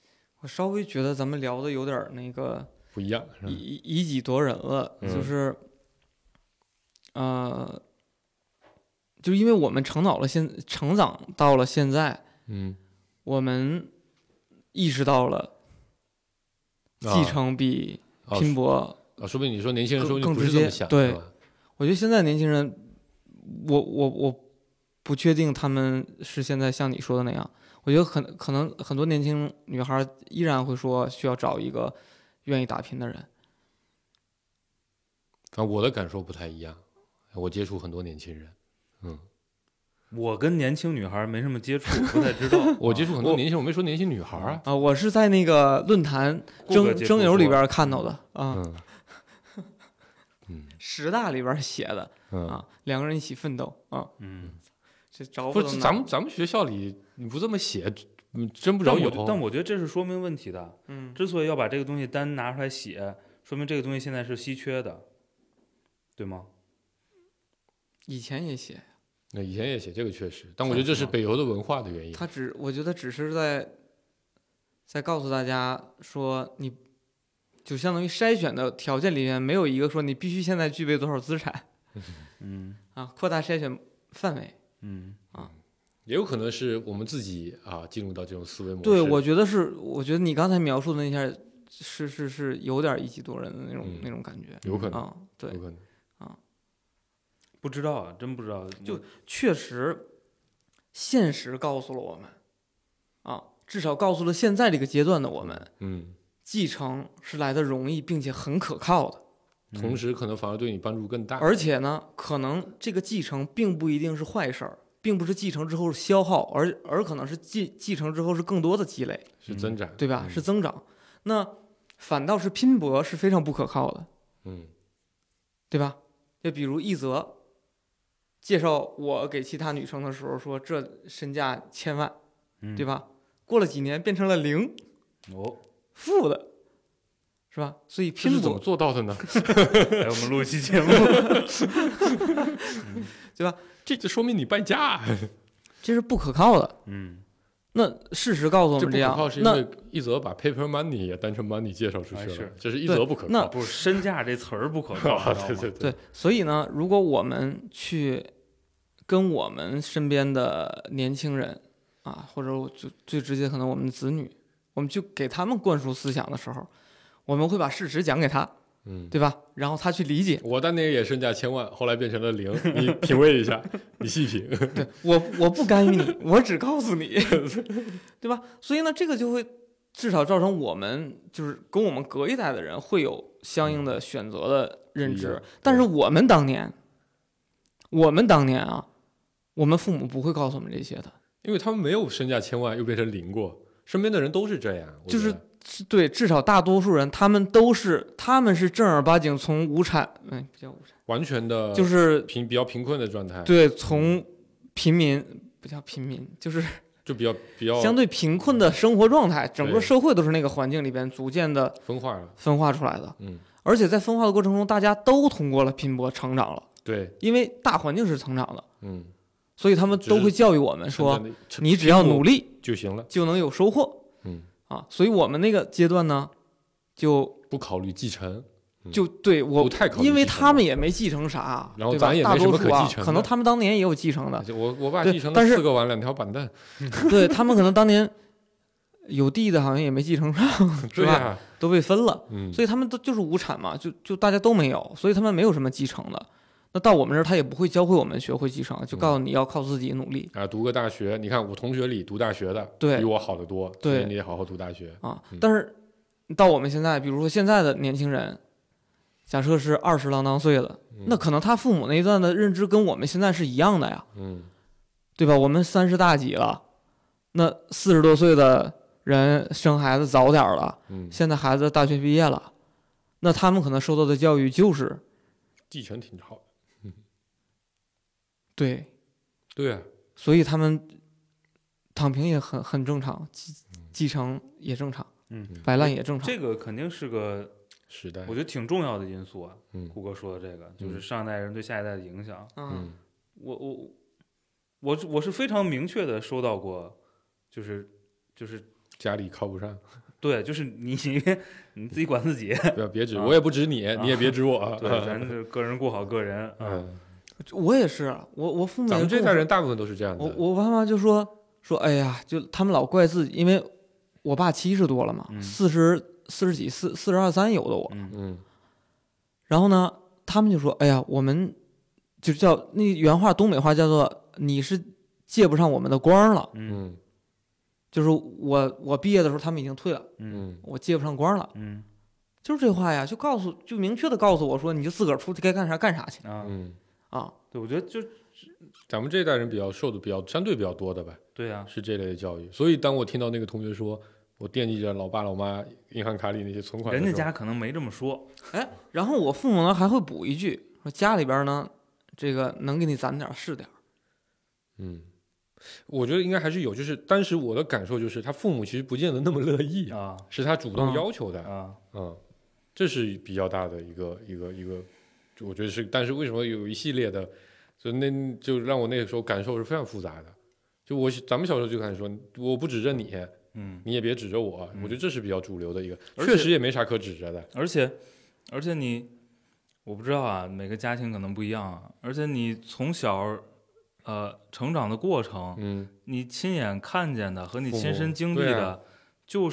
我稍微觉得咱们聊的有点那个不一样，是吧？ 以以己夺人了， 嗯就是呃，就因为我们成长了现成长到了现在， 嗯， 我们意识到了继承比啊拼搏啊，说不定你说年轻人说你更不是直接这么想， 对是吧我觉得现在年轻人，我我我不确定他们是现在像你说的那样。我觉得很可能很多年轻女孩依然会说需要找一个愿意打拼的人。 反正我的感受不太一样，我接触很多年轻人，嗯， 我跟年轻女孩没什么接触，不太知道。 我接触很多我年轻人，我没说年轻女孩啊， 啊，我是在那个论坛征顾客接触过征友里边看到的啊， 嗯嗯十大里边写的嗯， 啊，两个人一起奋斗啊， 嗯， 这找不是都难咱们咱们学校里你不这么写，嗯真不着有但我觉但我觉得这是说明问题的。 嗯之所以要把这个东西单拿出来写，说明这个东西现在是稀缺的，对吗？ 以前也写， 那以前也写这个确实，但我觉得这是北邮的文化的原因。 他只我觉得只是在在告诉大家说你。就相当于筛选的条件里面没有一个说你必须现在具备多少资产， 嗯啊，扩大筛选范围。 嗯也有可能是我们自己啊进入到这种思维模式。 对，我觉得是，我觉得你刚才描述的那些是是是有点一己夺人的那种、 嗯那种感觉。 有可能， 啊，对有，可能。 不知道啊，真不知道。 就确实，现实告诉了我们，啊，至少告诉了现在这个阶段的我们， 嗯， 继承是来的容易并且很可靠的。 同时可能反而对你帮助更大。 而且呢，可能这个继承并不一定是坏事儿，并不是继承之后是消耗，而而可能是继继承之后是更多的积累， 是增长， 对吧？ 嗯是增长。那反倒是拼搏是非常不可靠的， 嗯对吧？就比如一泽介绍我给其他女生的时候说，这身价千万， 嗯对吧？过了几年变成了零， 哦， 负的，是吧？所以拼这是怎么搏， 做到的呢？ 来我们录一期节目， 对吧？ 这这说明你败家。 这是不可靠的。 嗯那事实告诉我这不可们样靠，是，因那为一泽把 paper money 也当成 money 介绍出去了哎是， 这是一对泽不可靠。 那不是身价这词儿不可靠， 啊， 知道吗对对对，所以呢，如果我们去跟我们身边的年轻人啊，或者就最直接可能我们的子女，我们去给他们灌输思想的时候，我们会把事实讲给他， 嗯， 对吧？然后他去理解。 我当年也身价千万，后来变成了零，你品味一下，你细品。 对我，我不干预你，我只告诉你，对吧？所以呢，这个就会至少造成我们就是跟我们隔一代的人会有相应的选择的认知不一样。 但是我们当年，我们当年啊，我们父母不会告诉我们这些的。 因为他们没有身价千万又变成零过，身边的人都是这样。我就是觉得是对，至少大多数人，他们都是，他们是正儿八经从无产，嗯，不叫无产， 完全的就是贫比较贫困的状态， 对，从贫民不叫贫民，就是就比较比较相对贫困的生活状态，整个对社会都是那个环境里边逐渐的分化了。 分化出来的。 嗯， 而且在分化的过程中，大家都通过了拼搏成长了， 对， 因为大环境是成长的， 嗯， 所以他们都会教育我们说，你只要努力就行了。 就能有收获。 嗯啊，所以我们那个阶段呢，就不考虑继承， 就对我不太考虑因为继承他们也没继承啥， 然后对吧咱也没什么大多数啊可继承的可能他们当年也有继承的， 我我爸对继承了但是四个碗两条板凳， 对他们可能当年有地的好像也没继承上，是吧？ 对呀， 都被分了， 嗯， 所以他们都就是无产嘛，就就大家都没有，所以他们没有什么继承的。那到我们这儿，他也不会教会我们学会继承，就告诉你要靠自己努力啊，读个大学，你看我同学里读大学的对比我好得多， 对所以你得好好读大学。 啊嗯。 但是到我们现在，比如说现在的年轻人，假设是二十郎当岁的， 嗯那可能他父母那一段的认知跟我们现在是一样的呀。 嗯， 对吧？我们三十大几了，那四十多岁的人生孩子早点了， 嗯， 现在孩子大学毕业了，那他们可能受到的教育就是继承挺好的。 对， 对啊， 所以他们躺平也很很正常，继继承也正常， 嗯， 摆烂也正常。 这个肯定是个时代我，觉得挺重要的因素啊。 嗯顾哥说的这个，就是上一代人对下一代的影响。 嗯嗯我我我是我是非常明确的收到过，就是就是家里靠不上， 对，就是你你自己管自己， 不要别指、 啊、 我也不指你， 啊、 你也别指我。 对，咱就个人顾好个人。 嗯， 我也是，我我父母咱们这代人大部分都是这样的。 我我爸妈就说说，哎呀，就他们老怪自己，因为我爸七十多了嘛，四十四十几，四四十二三有的我。 嗯。 然后呢，他们就说，哎呀，我们就叫那原话东北话叫做你是借不上我们的光了。 嗯。 就是我我毕业的时候他们已经退了， 嗯， 我接不上光了， 嗯， 就是这话呀，就告诉就明确的告诉我说，你就自个儿出去该干啥干啥去啊， 嗯啊， 对，我觉得就咱们这一代人比较受的比较相对比较多的呗， 对呀、啊， 是这类的教育。所以当我听到那个同学说我惦记着老爸老妈银行卡里那些存款， 人家家可能没这么说， 哎，然后我父母呢还会补一句说家里边呢这个能给你攒点是点， 嗯。我觉得应该还是有，就是当时我的感受就是，他父母其实不见得那么乐意啊， 是他主动要求的啊， 嗯，这是比较大的一个一个一个，我觉得是，但是为什么有一系列的，就那就让我那个时候感受是非常复杂的。就我咱们小时候就开始说，我不指着你， 嗯， 你也别指着我，嗯、我觉得这是比较主流的一个， 确确实也没啥可指着的。 而且，而且你，我不知道啊，每个家庭可能不一样啊，而且你从小。呃，成长的过程， 嗯， 你亲眼看见的和你亲身经历的， 啊、 就是，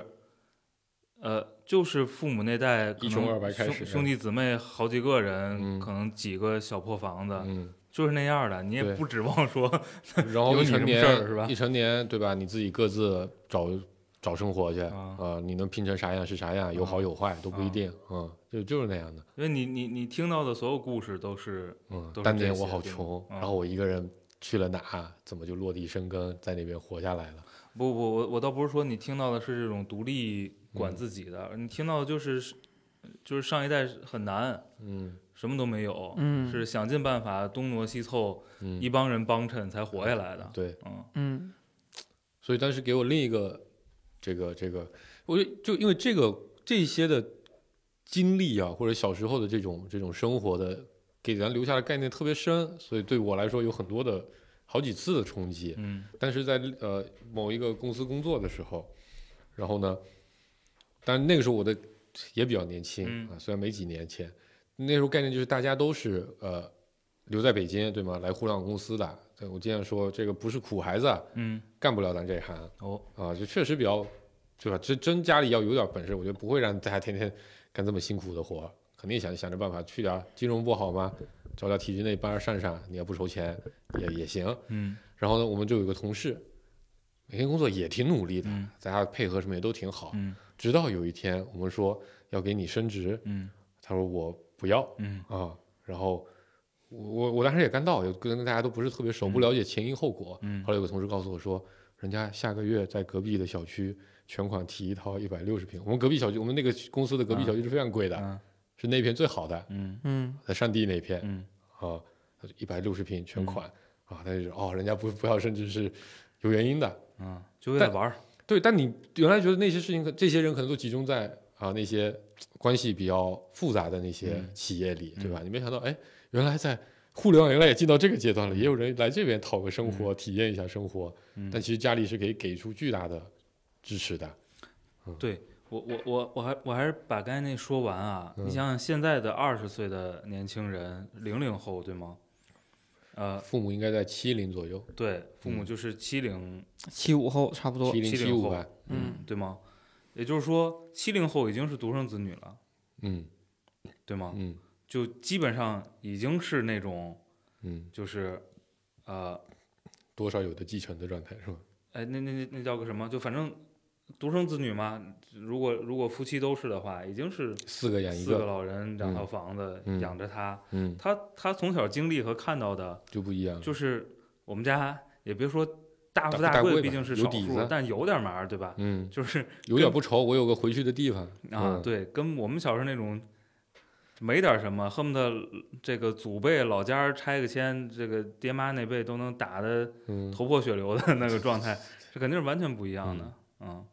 呃，就是父母那代一穷二白开始， 兄兄弟姊妹好几个人， 嗯、 可能几个小破房子， 嗯， 就是那样的，你也不指望说， 然后一成年是吧？ 一成年对吧？你自己各自找找生活去啊、 呃，你能拼成啥样是啥样，有好有坏、 啊、 都不一定，嗯，就就是那样的。 因为你你你听到的所有故事都是， 嗯， 都是当年我好穷， 嗯、 然后我一个人去了哪，怎么就落地生根，在那边活下来了？ 不不，我我倒不是说你听到的是这种独立管自己的，嗯、你听到的就是就是上一代很难， 嗯， 什么都没有， 嗯， 是想尽办法东挪西凑， 嗯、 一帮人帮衬才活下来的。 对， 嗯嗯， 所以当时给我另一个这个这个，我就因为这个这些的经历啊，或者小时候的这种这种生活的，给咱留下的概念特别深，所以对我来说有很多的好几次的冲击。 嗯， 但是在呃某一个公司工作的时候，然后呢，但那个时候我的也比较年轻、 嗯、 啊，虽然没几年前，那时候概念就是大家都是呃留在北京对吗？来互联网公司的。我经常说这个不是苦孩子， 嗯， 干不了咱这行。 哦， 啊，就确实比较，对吧？真真家里要有点本事，我觉得不会让大家天天干这么辛苦的活，肯定想想着办法去点金融不好吗？找点体制内班儿上上，你要不收钱也也行。 嗯， 然后呢，我们就有个同事，每天工作也挺努力的， 嗯、 大家配合什么也都挺好。 嗯， 直到有一天我们说要给你升职， 嗯， 他说我不要， 嗯啊，然后我我当时也干到，跟大家都不是特别熟，不了解前因后果。 嗯， 后来有个同事告诉我说，人家下个月在隔壁的小区全款提一套一百六十平，我们隔壁小区，我们那个公司的隔壁小区是非常贵的。 嗯是那片最好的， 嗯嗯， 在上地那片， 嗯啊，一百六十平全款、嗯、啊，但是哦，人家不不要，甚至是有原因的， 嗯，就为了玩儿。 对，但你原来觉得那些事情，这些人可能都集中在啊那些关系比较复杂的那些企业里， 嗯、 对吧？你没想到，哎，原来在互联网原来也进到这个阶段了，也有人来这边讨个生活， 嗯、 体验一下生活、 嗯， 但其实家里是可以给出巨大的支持的。嗯、 对。我我我我还我还是把刚才那说完啊！ 嗯、 你想想现在的二十岁的年轻人，零零后对吗？呃， 父母应该在七零左右。 对，父母就是七零、 七五后差不多。 七零七五吧， 嗯， 对吗？也就是说，七零后已经是独生子女了， 嗯， 对吗？ 嗯， 就基本上已经是那种， 嗯， 就是呃， 多少有的继承的状态是吧？ 哎，那那那那叫个什么？就反正。独生子女嘛，如果如果夫妻都是的话，已经是四个养一个， 四个老人两套房子、 嗯、 养着他。 嗯， 他他从小经历和看到的就不一样， 就是我们家也别说大富大贵，毕竟是少数， 但有点嘛，对吧？ 嗯， 就是有点不愁，我有个回去的地方啊、嗯。对，跟我们小时候那种没点什么，恨不得这个祖辈老家拆个迁，这个爹妈那辈都能打得头破血流的那个状态，嗯、这肯定是完全不一样的。 嗯嗯，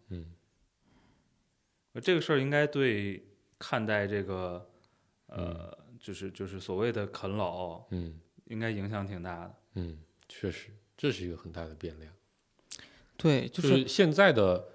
嗯， 这个事儿应该对看待这个，呃，嗯、就是就是所谓的啃老， 嗯， 应该影响挺大的。 嗯，确实，这是一个很大的变量。 对， 就是、就是现在的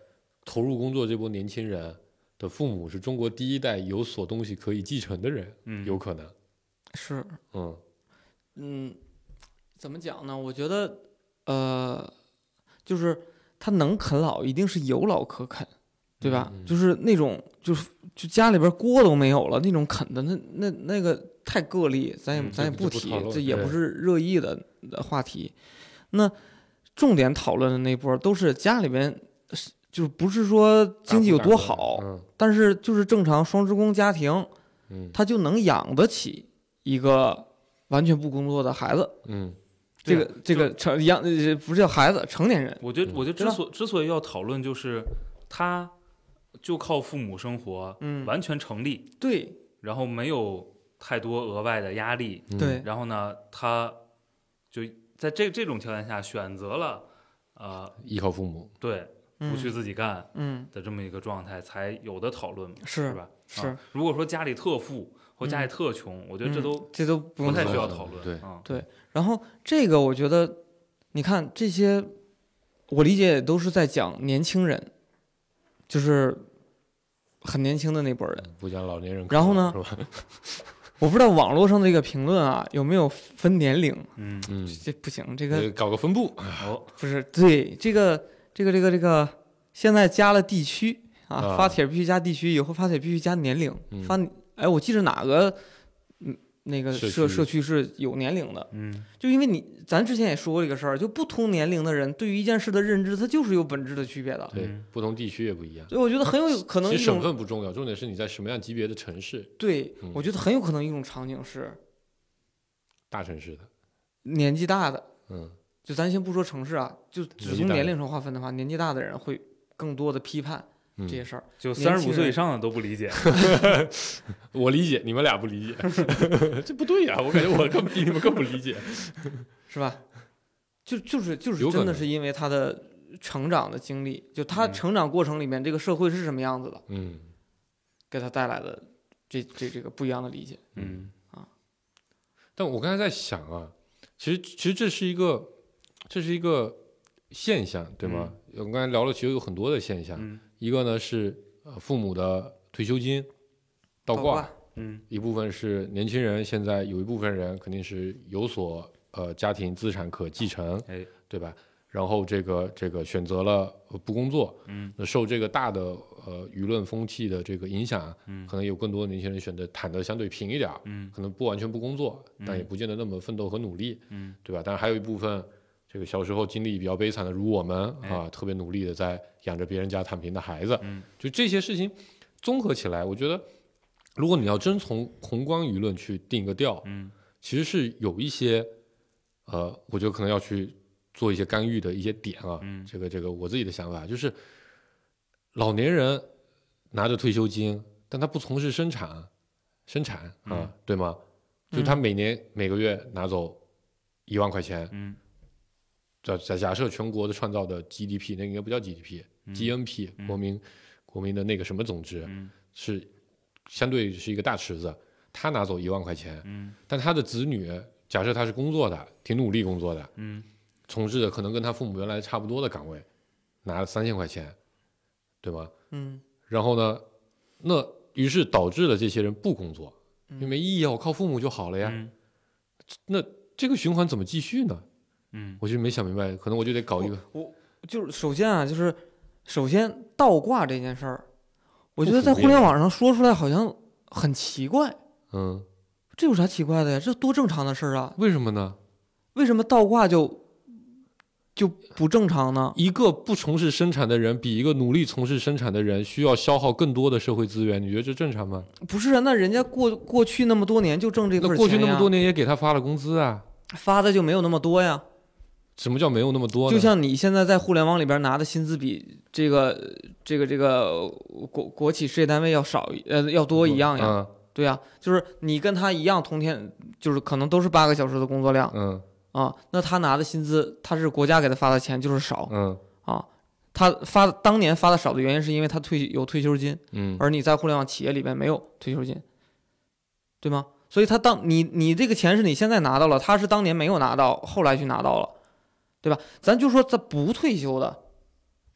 投入工作这波年轻人的父母是中国第一代有所东西可以继承的人， 嗯， 有可能是， 嗯嗯，怎么讲呢？我觉得，呃，就是他能啃老，一定是有老可啃，对吧？ 嗯、 就是那种，就是就家里边锅都没有了那种啃的，那那那个太个例，咱也、 嗯、 咱也不提， 这, 这也不是热议的的话题。那重点讨论的那波都是家里边。就是不是说经济有多好， 嗯、 但是就是正常双职工家庭， 嗯， 他就能养得起一个完全不工作的孩子， 嗯， 这个这个成养不是叫孩子，成年人。 我觉得，我觉得之所之所以要讨论，就是他就靠父母生活， 嗯， 完全成立， 对， 然后没有太多额外的压力， 对， 然后呢，他就在这这种条件下选择了，呃， 依靠父母， 对。不去自己干的这么一个状态， 嗯、 才有的讨论嘛， 是吧？ 是、 啊。如果说家里特富或家里特穷， 嗯、 我觉得这都、 嗯、这都不不太需要讨论。 对、 啊、 对。然后这个我觉得，你看这些，我理解都是在讲年轻人，就是很年轻的那波人， 不讲老年人。 然后呢，我不知道网络上的这个评论啊有没有分年龄？ 嗯嗯，这不行，这个搞个分布。 哦， 不是，对这个。这个这个这个，现在加了地区啊， 啊发帖必须加地区，以后发帖必须加年龄。 嗯、 发哎，我记得哪个嗯那个社社社区是有年龄的， 嗯， 就因为你咱之前也说过这个事儿，就不同年龄的人对于一件事的认知，它就是有本质的区别的。 对，嗯、不同地区也不一样。 所以我觉得很有可能一种， 其实省份不重要，重点是你在什么样级别的城市。 对， 嗯、 我觉得很有可能一种场景是大城市的年纪大的， 嗯。 就咱先不说城市啊，就只从年龄上划分的话，年纪大的人会更多的批判这些事儿。 嗯、 就三十五岁以上的都不理解。 我理解，你们俩不理解，这不对呀、啊！我感觉我更比你们更不理解， 是吧？就就是就是真的是因为他的成长的经历，就他成长过程里面这个社会是什么样子的， 嗯， 给他带来的这这这个不一样的理解， 嗯啊。 但我刚才在想啊，其实其实这是一个。这是一个现象，对吗？嗯、我刚才聊了，其实有很多的现象。 嗯、 一个呢是呃父母的退休金倒挂， 嗯， 一部分是年轻人，现在有一部分人肯定是有所呃家庭资产可继承， 哎， 对吧？然后这个这个选择了不工作， 嗯， 受这个大的呃舆论风气的这个影响， 嗯， 可能有更多的年轻人选择躺得相对平一点， 嗯， 可能不完全不工作， 嗯、 但也不见得那么奋斗和努力， 嗯， 对吧？但是还有一部分。这个小时候经历比较悲惨的，如我们、 哎、 啊，特别努力的在养着别人家躺平的孩子， 嗯， 就这些事情综合起来，我觉得，如果你要真从宏观舆论去定个调， 嗯， 其实是有一些，呃，我觉得可能要去做一些干预的一些点啊， 嗯， 这个这个我自己的想法就是，老年人拿着退休金，但他不从事生产，生产啊， 嗯、 对吗？就他每年、嗯、每个月拿走一万块钱， 嗯。 假假设全国的创造的 G D P， 那应该不叫 G D P，G N P，、 嗯、 国民国民的那个什么总值、 嗯、 是相对是一个大池子，他拿走一万块钱， 嗯、 但他的子女假设他是工作的，挺努力工作的， 嗯、 从事的可能跟他父母原来差不多的岗位，拿了三千块钱，对吗？ 嗯， 然后呢，那于是导致了这些人不工作，因为没意义啊，我靠父母就好了呀， 嗯、 那这个循环怎么继续呢？ 嗯， 我就没想明白，可能我就得搞一个。 我, 我就是首先啊，就是首先倒挂这件事儿，我觉得在互联网上说出来好像很奇怪。 嗯， 这有啥奇怪的呀？这多正常的事儿啊！ 为什么呢？ 为什么倒挂就就不正常呢？ 一个不从事生产的人，比一个努力从事生产的人需要消耗更多的社会资源，你觉得这正常吗？ 不是啊，那人家过过去那么多年就挣这份钱呀， 那过去那么多年也给他发了工资啊， 发的就没有那么多呀。 什么叫没有那么多呢？ 就像你现在在互联网里边拿的薪资比这个这个这个国国企事业单位要少呃要多一样呀， 嗯、 对呀，就是你跟他一样，同天就是可能都是八个小时的工作量， 嗯啊，那他拿的薪资，他是国家给他发的钱就是少， 嗯啊，他发当年发的少的原因是因为他退有退休金， 嗯， 而你在互联网企业里面没有退休金，对吗？所以他当你你这个钱是你现在拿到了，他是当年没有拿到，后来去拿到了。对吧？咱就说这不退休的，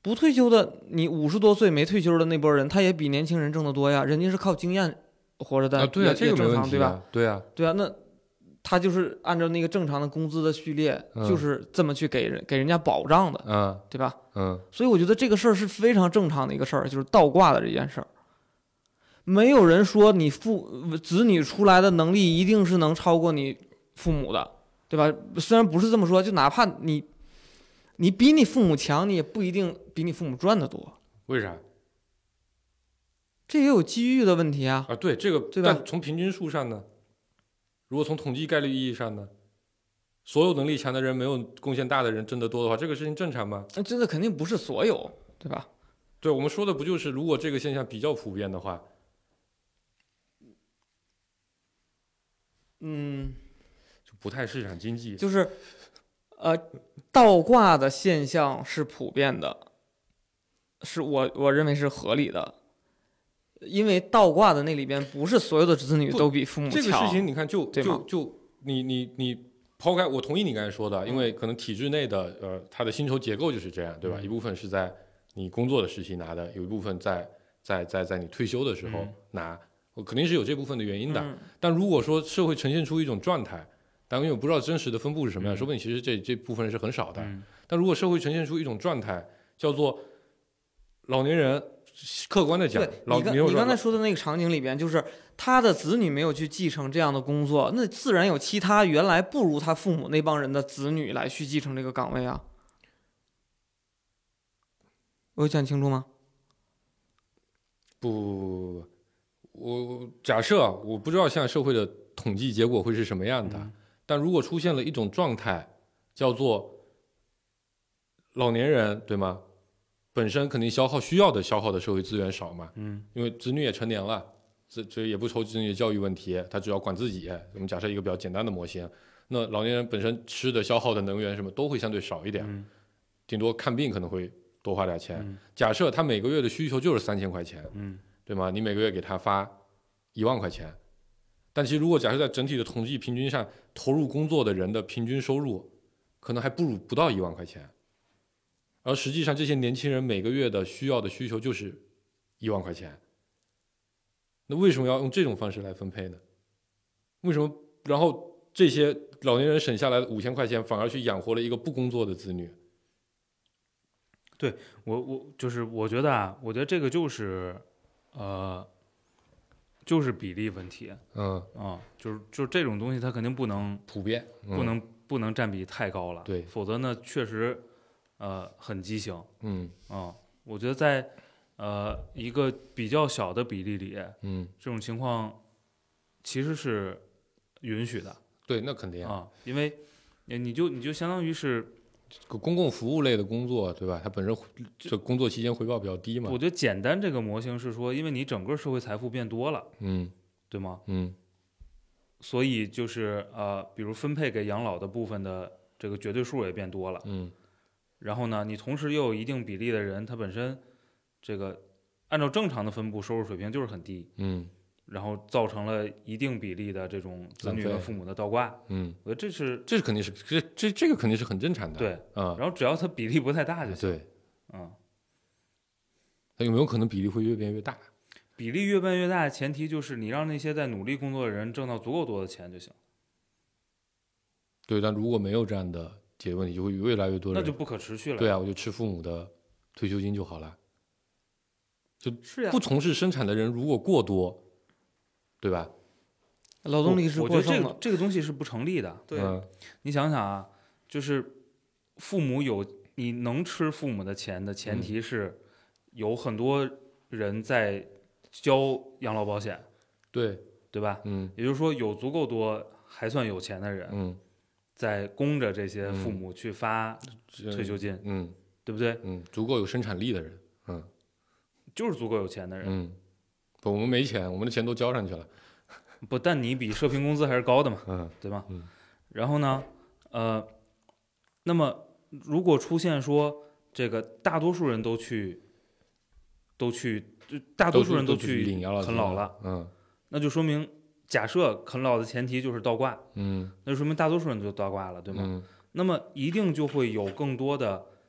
不退休的，你五十多岁没退休的那波人，他也比年轻人挣得多呀，人家是靠经验活着的， 啊，对啊，这个没问题对吧？ 对啊， 对啊，那他就是按照那个正常的工资的序列， 嗯、 就是这么去给人给人家保障的， 嗯， 对吧？ 嗯， 所以我觉得这个事儿是非常正常的一个事儿，就是倒挂的这件事儿。没有人说你父子女出来的能力一定是能超过你父母的，对吧？虽然不是这么说，就哪怕你你比你父母强，你也不一定比你父母赚得多。 为啥？ 这也有机遇的问题啊。 啊，对这个， 对吧？ 但从平均数上呢，如果从统计概率意义上呢，所有能力强的人没有贡献大的人挣得多的话，这个事情正常吗？ 那真的肯定不是所有，对吧？ 对，我们说的不就是如果这个现象比较普遍的话， 嗯， 就不太市场经济。 就是，呃，倒挂的现象是普遍的，是我我认为是合理的，因为倒挂的那里边不是所有的子女都比父母强。 这个事情你看就， 就就就你你你抛开，我同意你刚才说的，因为可能体制内的呃，它的薪酬结构就是这样，对吧？ 嗯、 一部分是在你工作的时期拿的，有一部分在在在在你退休的时候拿。嗯，我肯定是有这部分的原因的， 嗯、 但如果说社会呈现出一种状态，但因为我不知道真实的分布是什么样， 嗯、 说不定其实这这部分人是很少的。 嗯、 但如果社会呈现出一种状态，叫做老年人，客观的讲，老你刚你刚才说的那个场景里边，就是他的子女没有去继承这样的工作，那自然有其他原来不如他父母那帮人的子女来去继承这个岗位啊。我有讲清楚吗？ 不不不不不。我假设我不知道现在社会的统计结果会是什么样的， 嗯、 但如果出现了一种状态，叫做老年人，对吗？本身肯定消耗需要的消耗的社会资源少嘛， 嗯， 因为子女也成年了，这这也不愁子女的教育问题，他只要管自己。我们假设一个比较简单的模型，那老年人本身吃的、消耗的能源什么都会相对少一点， 嗯、 顶多看病可能会多花点钱。 嗯、 假设他每个月的需求就是三千块钱， 嗯。 对吗？你每个月给他发一万块钱，但其实如果假设在整体的统计平均上，投入工作的人的平均收入可能还不如不到一万块钱，而实际上这些年轻人每个月的需要的需求就是一万块钱，那为什么要用这种方式来分配呢？为什么然后这些老年人省下来的五千块钱反而去养活了一个不工作的子女？ 对，我我就是我觉得啊，我觉得这个就是呃，就是比例问题。 嗯啊，就是就是这种东西，它肯定不能普遍，嗯、 不能不能占比太高了。 对， 否则呢，确实呃很畸形。 嗯啊，我觉得在呃一个比较小的比例里， 嗯， 这种情况其实是允许的。 对，那肯定啊，因为你就你就相当于是。 公共服务类的工作，对吧？它本身这工作期间回报比较低嘛。 我觉得简单这个模型是说，因为你整个社会财富变多了， 嗯， 对吗？ 嗯， 所以就是呃，比如分配给养老的部分的这个绝对数也变多了， 嗯。 然后呢，你同时又有一定比例的人，他本身这个按照正常的分布收入水平就是很低， 嗯。 然后造成了一定比例的这种子女和父母的倒挂， 嗯， 我觉得这是这是肯定是这这这个肯定是很正常的， 对， 啊、嗯， 然后只要它比例不太大就行， 对， 嗯， 它有没有可能比例会越变越大？ 比例越变越大，前提就是你让那些在努力工作的人挣到足够多的钱就行。 对，但如果没有这样的解决问题，就会越来越多人， 那就不可持续了。 对啊，我就吃父母的退休金就好了， 就是不从事生产的人如果过多。对吧？ 劳动力是过剩的， 我觉得这个这个东西是不成立的。 对， 嗯、 你想想啊，就是父母有你能吃父母的钱的前提是，有很多人在交养老保险， 对对吧？ 嗯， 也就是说，有足够多还算有钱的人， 嗯， 在供着这些父母去发退休金， 嗯，嗯对不对？ 嗯，足够有生产力的人，嗯， 就是足够有钱的人， 嗯。不，我们没钱，我们的钱都交上去了。 不，但你比社平工资还是高的嘛， 嗯， 对吧？ 嗯。 然后呢，呃，那么如果出现说这个大多数人都去，都去，大多数人都去啃老了， 嗯， 那就说明，假设啃老的前提就是倒挂， 嗯， 那就说明大多数人都倒挂了，对吗？ 嗯。 那么一定就会有更多的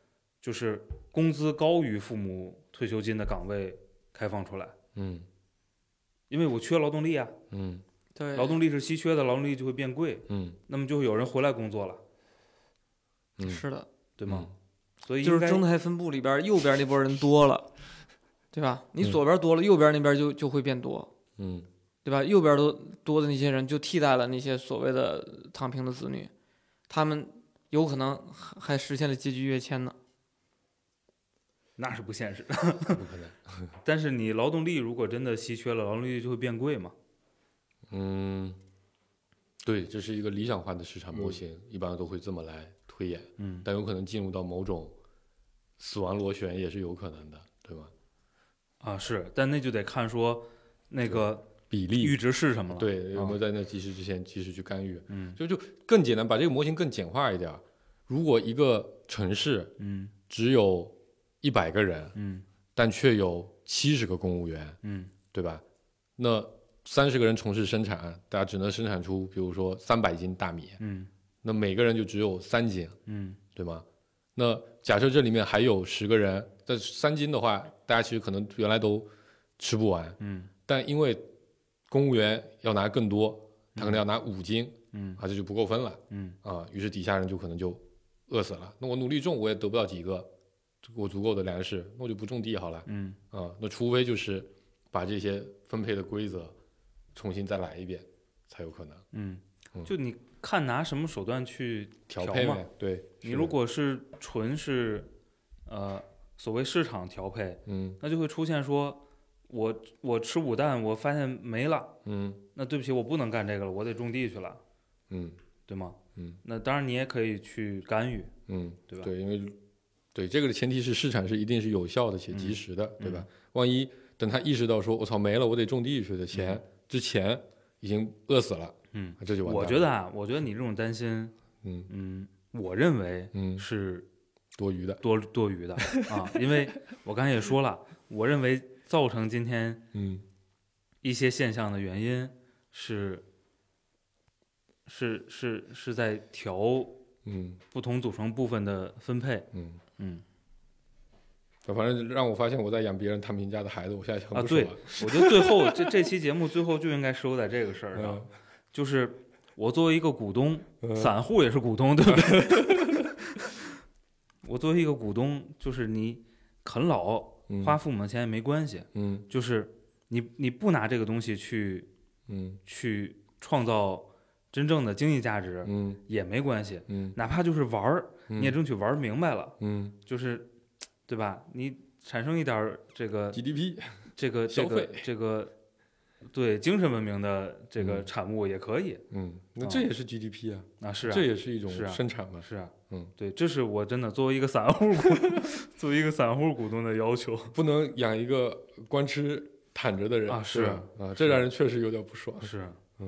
就是工资高于父母退休金的岗位开放出来。 嗯， 因为我缺劳动力啊。 嗯， 对， 劳动力是稀缺的，劳动力就会变贵。 嗯， 那么就会有人回来工作了。 嗯， 是的， 对吗？嗯、所以就是生态分布里边右边那波人多了，对吧？你左边多了，右边那边就就会变多。 嗯， 对吧？右边多多的那些人就替代了那些所谓的躺平的子女，他们有可能还实现了阶级跃迁呢。 那是不现实， 不可能。 但是你劳动力如果真的稀缺了，劳动力就会变贵嘛。 嗯，对，这是一个理想化的市场模型，嗯、一般都会这么来推演。 嗯， 但有可能进入到某种死亡螺旋也是有可能的，对吧？ 啊，是，但那就得看说那个比例阈值是什么了。 对，有没有在那及时之前及时去干预？ 嗯， 就就更简单，把这个模型更简化一点。如果一个城市， 嗯， 只有一百个人， 嗯， 但却有七十个公务员， 嗯， 对吧？那三十个人从事生产，大家只能生产出，比如说三百斤大米， 嗯， 那每个人就只有三斤， 嗯， 对吗？那假设这里面还有十个人，这三斤的话，大家其实可能原来都吃不完， 嗯， 但因为公务员要拿更多，他可能要拿五斤， 嗯， 啊，这就不够分了， 嗯， 啊，于是底下人就可能就饿死了。那我努力种，我也得不到几个我足够的粮食，那我就不种地好了， 嗯， 啊，那除非就是把这些分配的规则重新再来一遍，才有可能。 嗯，就你看拿什么手段去调配嘛？ 对， 你如果是纯是呃所谓市场调配， 嗯， 那就会出现说，我我吃五蛋，我发现没了， 嗯， 那对不起，我不能干这个了，我得种地去了， 嗯， 对吗？ 嗯， 那当然你也可以去干预， 嗯， 对吧？ 对，因为对这个的前提是市场是一定是有效的且及时的， 嗯、 对吧？万一等他意识到说我操没了，我得种地去的钱、嗯、之前已经饿死了， 嗯， 这就完蛋了。 我觉得啊，我觉得你这种担心， 嗯嗯，我认为嗯是多余的， 多多余的啊，因为我刚才也说了，我认为造成今天嗯一些现象的原因是。是是是在调嗯不同组成部分的分配， 嗯嗯， 反正让我发现我在养别人躺平家的孩子，我现在很啊， 不爽。 对，我觉得最后这这期节目最后就应该收在这个事儿上， 嗯、 就是我作为一个股东， 嗯、 散户也是股东，对不对？我作为一个股东，就是你啃老花父母的钱也没关系， 嗯， 就是你你不拿这个东西去， 嗯， 去创造真正的经济价值， 嗯， 也没关系， 嗯， 哪怕就是玩儿， 嗯、 你也争取玩明白了， 嗯， 就是对吧？你产生一点这个 G D P， 这个这个这个对精神文明的这个产物也可以， 嗯，那这也是 G D P 啊， 啊是啊， 这也是一种生产嘛， 是啊， 嗯， 对，这是我真的作为一个散户股，作为一个散户股东的要求， 不能养一个光吃躺着的人啊，是啊，这让人确实有点不爽， 是， 嗯。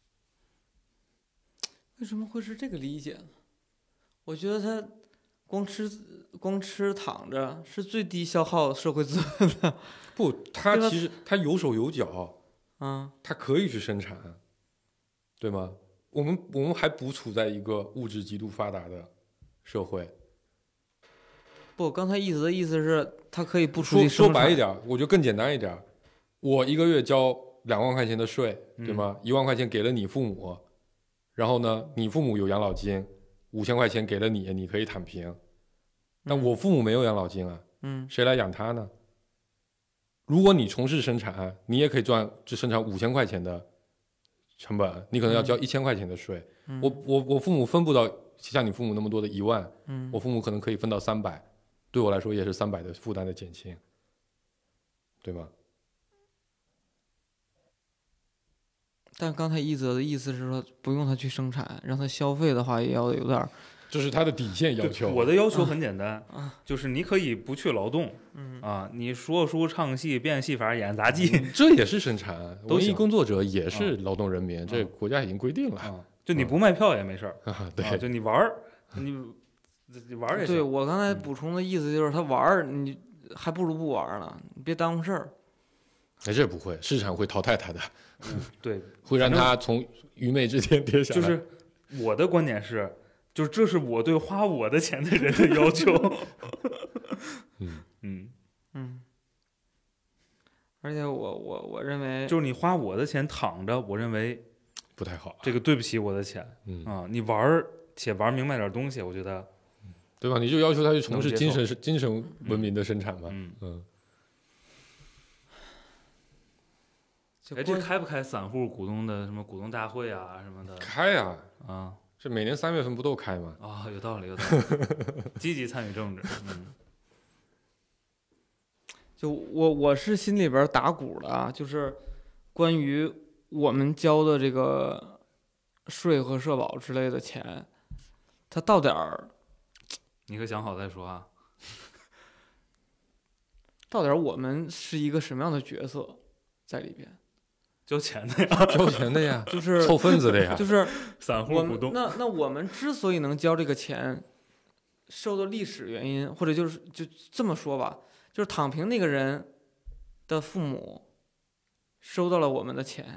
为什么会是这个理解呢？我觉得他光吃光吃躺着是最低消耗社会资源的。 不，他其实他有手有脚， 嗯， 他可以去生产，对吗？我们我们还不处在一个物质极度发达的社会。 不，刚才意思的意思是他可以不出去说说白一点，我觉得更简单一点，我一个月交两万块钱的税，对吗？一、嗯、万块钱给了你父母。然后呢，你父母有养老金，五千块钱给了你，你可以躺平。但我父母没有养老金啊， 嗯， 谁来养他呢？如果你从事生产，你也可以赚，就生产五千块钱的成本，你可能要交一千块钱的税。 嗯、 我我我父母分不到像你父母那么多的一万， 嗯， 我父母可能可以分到三百，对我来说也是三百的负担的减轻，对吗？ 但刚才一泽的意思是说，不用他去生产，让他消费的话，也要有点， 这是他的底线要求。 我的要求很简单， 啊、 就是你可以不去劳动， 嗯啊，你说书唱戏变戏法演杂技， 嗯，这也是生产。文艺工作者也是劳动人民， 啊、 这国家已经规定了。 啊、就你不卖票也没事儿， 啊，对、 啊，就你玩儿，你你玩儿也行。 对，我刚才补充的意思就是，他玩儿，你还不如不玩儿呢，你别耽误事儿。 哎，这不会，市场会淘汰他的， 嗯，对， 会让他从愚昧之间跌下来。 就是我的观点是，就是这是我对花我的钱的人的要求。 嗯嗯嗯，而且我我我认为就是你花我的钱躺着，我认为不太好， 这个对不起我的钱。 嗯啊，你玩儿且玩明白点东西，我觉得对吧？你就要求他去从事能接受精神精神文明的生产嘛， 嗯嗯， 就哎，这开不开散户股东的什么股东大会啊什么的开呀， 啊？ 这每年三月份不都开吗？ 啊，有道理，有道理，积极参与政治。嗯就我我是心里边打鼓的啊，就是关于我们交的这个税和社保之类的钱，它到点儿你可想好再说啊。 到点儿我们是一个什么样的角色在里边？ 交钱的呀， 交钱的呀， 就是凑份子的呀， 就是散我们户股东。 那那我们之所以能交这个钱，受到历史原因，或者就是就这么说吧，就是躺平那个人的父母收到了我们的钱，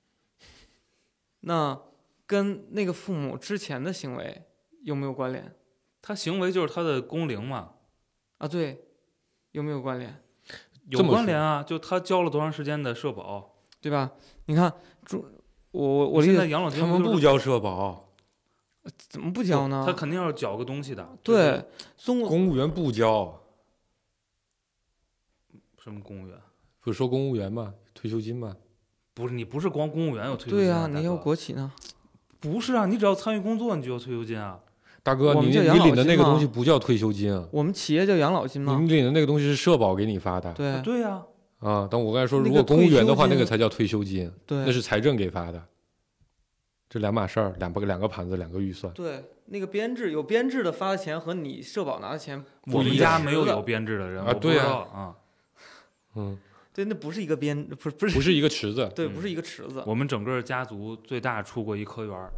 那跟那个父母之前的行为有没有关联他行为就是他的工龄嘛， 啊？对，有没有关联？ 有关联啊，就他交了多长时间的社保， 对吧？你看，中我我我理解现在养老金他们就是不交社保， 怎么不交呢？ 他肯定要缴个东西的。 对，中国公务员不交， 什么公务员？ 不是说公务员吗？退休金吗？ 不是你不是光公务员有退休金对呀、 啊， 你要大哥国企呢？ 不是啊，你只要参与工作，你就有退休金啊。 大哥， 我们你叫养老你领的那金嘛个东西不叫退休金啊， 我们企业叫养老金嘛？ 你领的那个东西是社保给你发的。 对啊对呀， 啊，但我刚才说， 那个如果公务员的话， 退休金那个才叫退休金， 对， 那是财政给发的，这两码事儿，两个两个盘子，两个预算。 对，那个编制有编制的发的钱和你社保拿的钱， 我们一样家没有有的， 编制的人啊我不知对啊道啊。 嗯， 对，那不是一个编，不是不是不是一个池子。 对，不是一个池子。 我们整个家族最大出过一科员儿。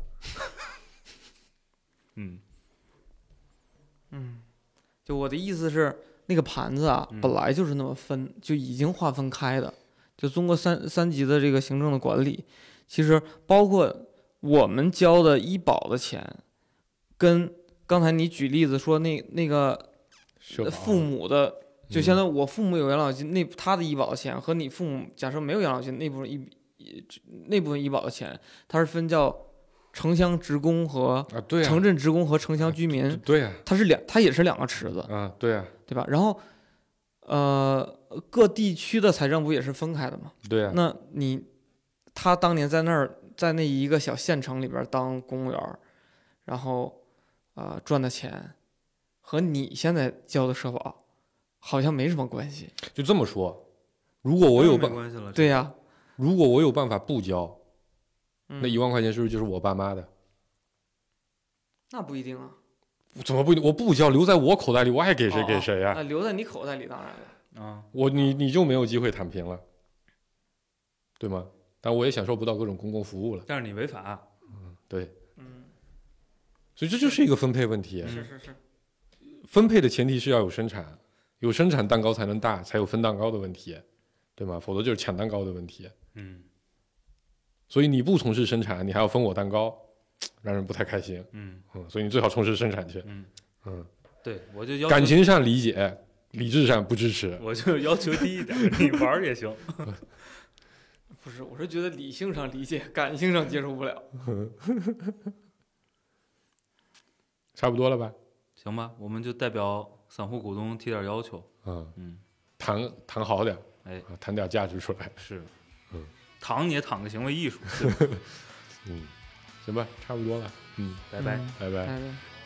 嗯嗯，就我的意思是，那个盘子啊， 嗯本来就是那么分，就已经划分开的。就中国三三级的这个行政的管理，其实包括我们交的医保的钱，跟刚才你举例子说那那个社保父母的，就相嗯当于我父母有养老金，那他的医保的钱和你父母假设没有养老金那部分医那部分医保的钱，它是分叫城乡职工和啊，对呀、 城镇职工和城乡居民， 对呀、 它是两，它也是两个池子， 啊，对呀、 对吧？然后，呃，各地区的财政不也是分开的吗？ 对呀、 那你他当年在那儿，在那一个小县城里边当公务员儿，然后呃赚的钱，和你现在交的社保好像没什么关系。 就这么说，如果我有没办， 关系了。 对呀、 如果我有办法不交， 嗯、 那一万块钱是不是就是我爸妈的？ 那不一定啊， 怎么不一定？我不交，留在我口袋里，我爱给谁哦给谁呀、 啊，留在你口袋里当然了。 啊， 我你你就没有机会躺平了，对吗？但我也享受不到各种公共服务了， 但是你违法。 对， 嗯， 所以这就是一个分配问题。 嗯是是是， 分配的前提是要有生产，有生产蛋糕才能大，才有分蛋糕的问题，对吗？否则就是抢蛋糕的问题。 嗯所以你不从事生产，你还要分我蛋糕，让人不太开心。 嗯嗯，所以你最好从事生产去。 嗯， 嗯， 对，我就要求感，情上理解，理智上不支持。 我就要求低一点，你玩儿也行。 不是，我是觉得理性上理解，感性上接受不了。 差不多了吧？ 行吧，我们就代表散户股东提点要求。 嗯， 嗯， 谈谈好点， 哎， 啊，谈点价值出来。 是， 嗯， 躺你也躺个行为艺术。 嗯，行吧，差不多了。嗯， 拜拜。 嗯拜拜。 拜拜。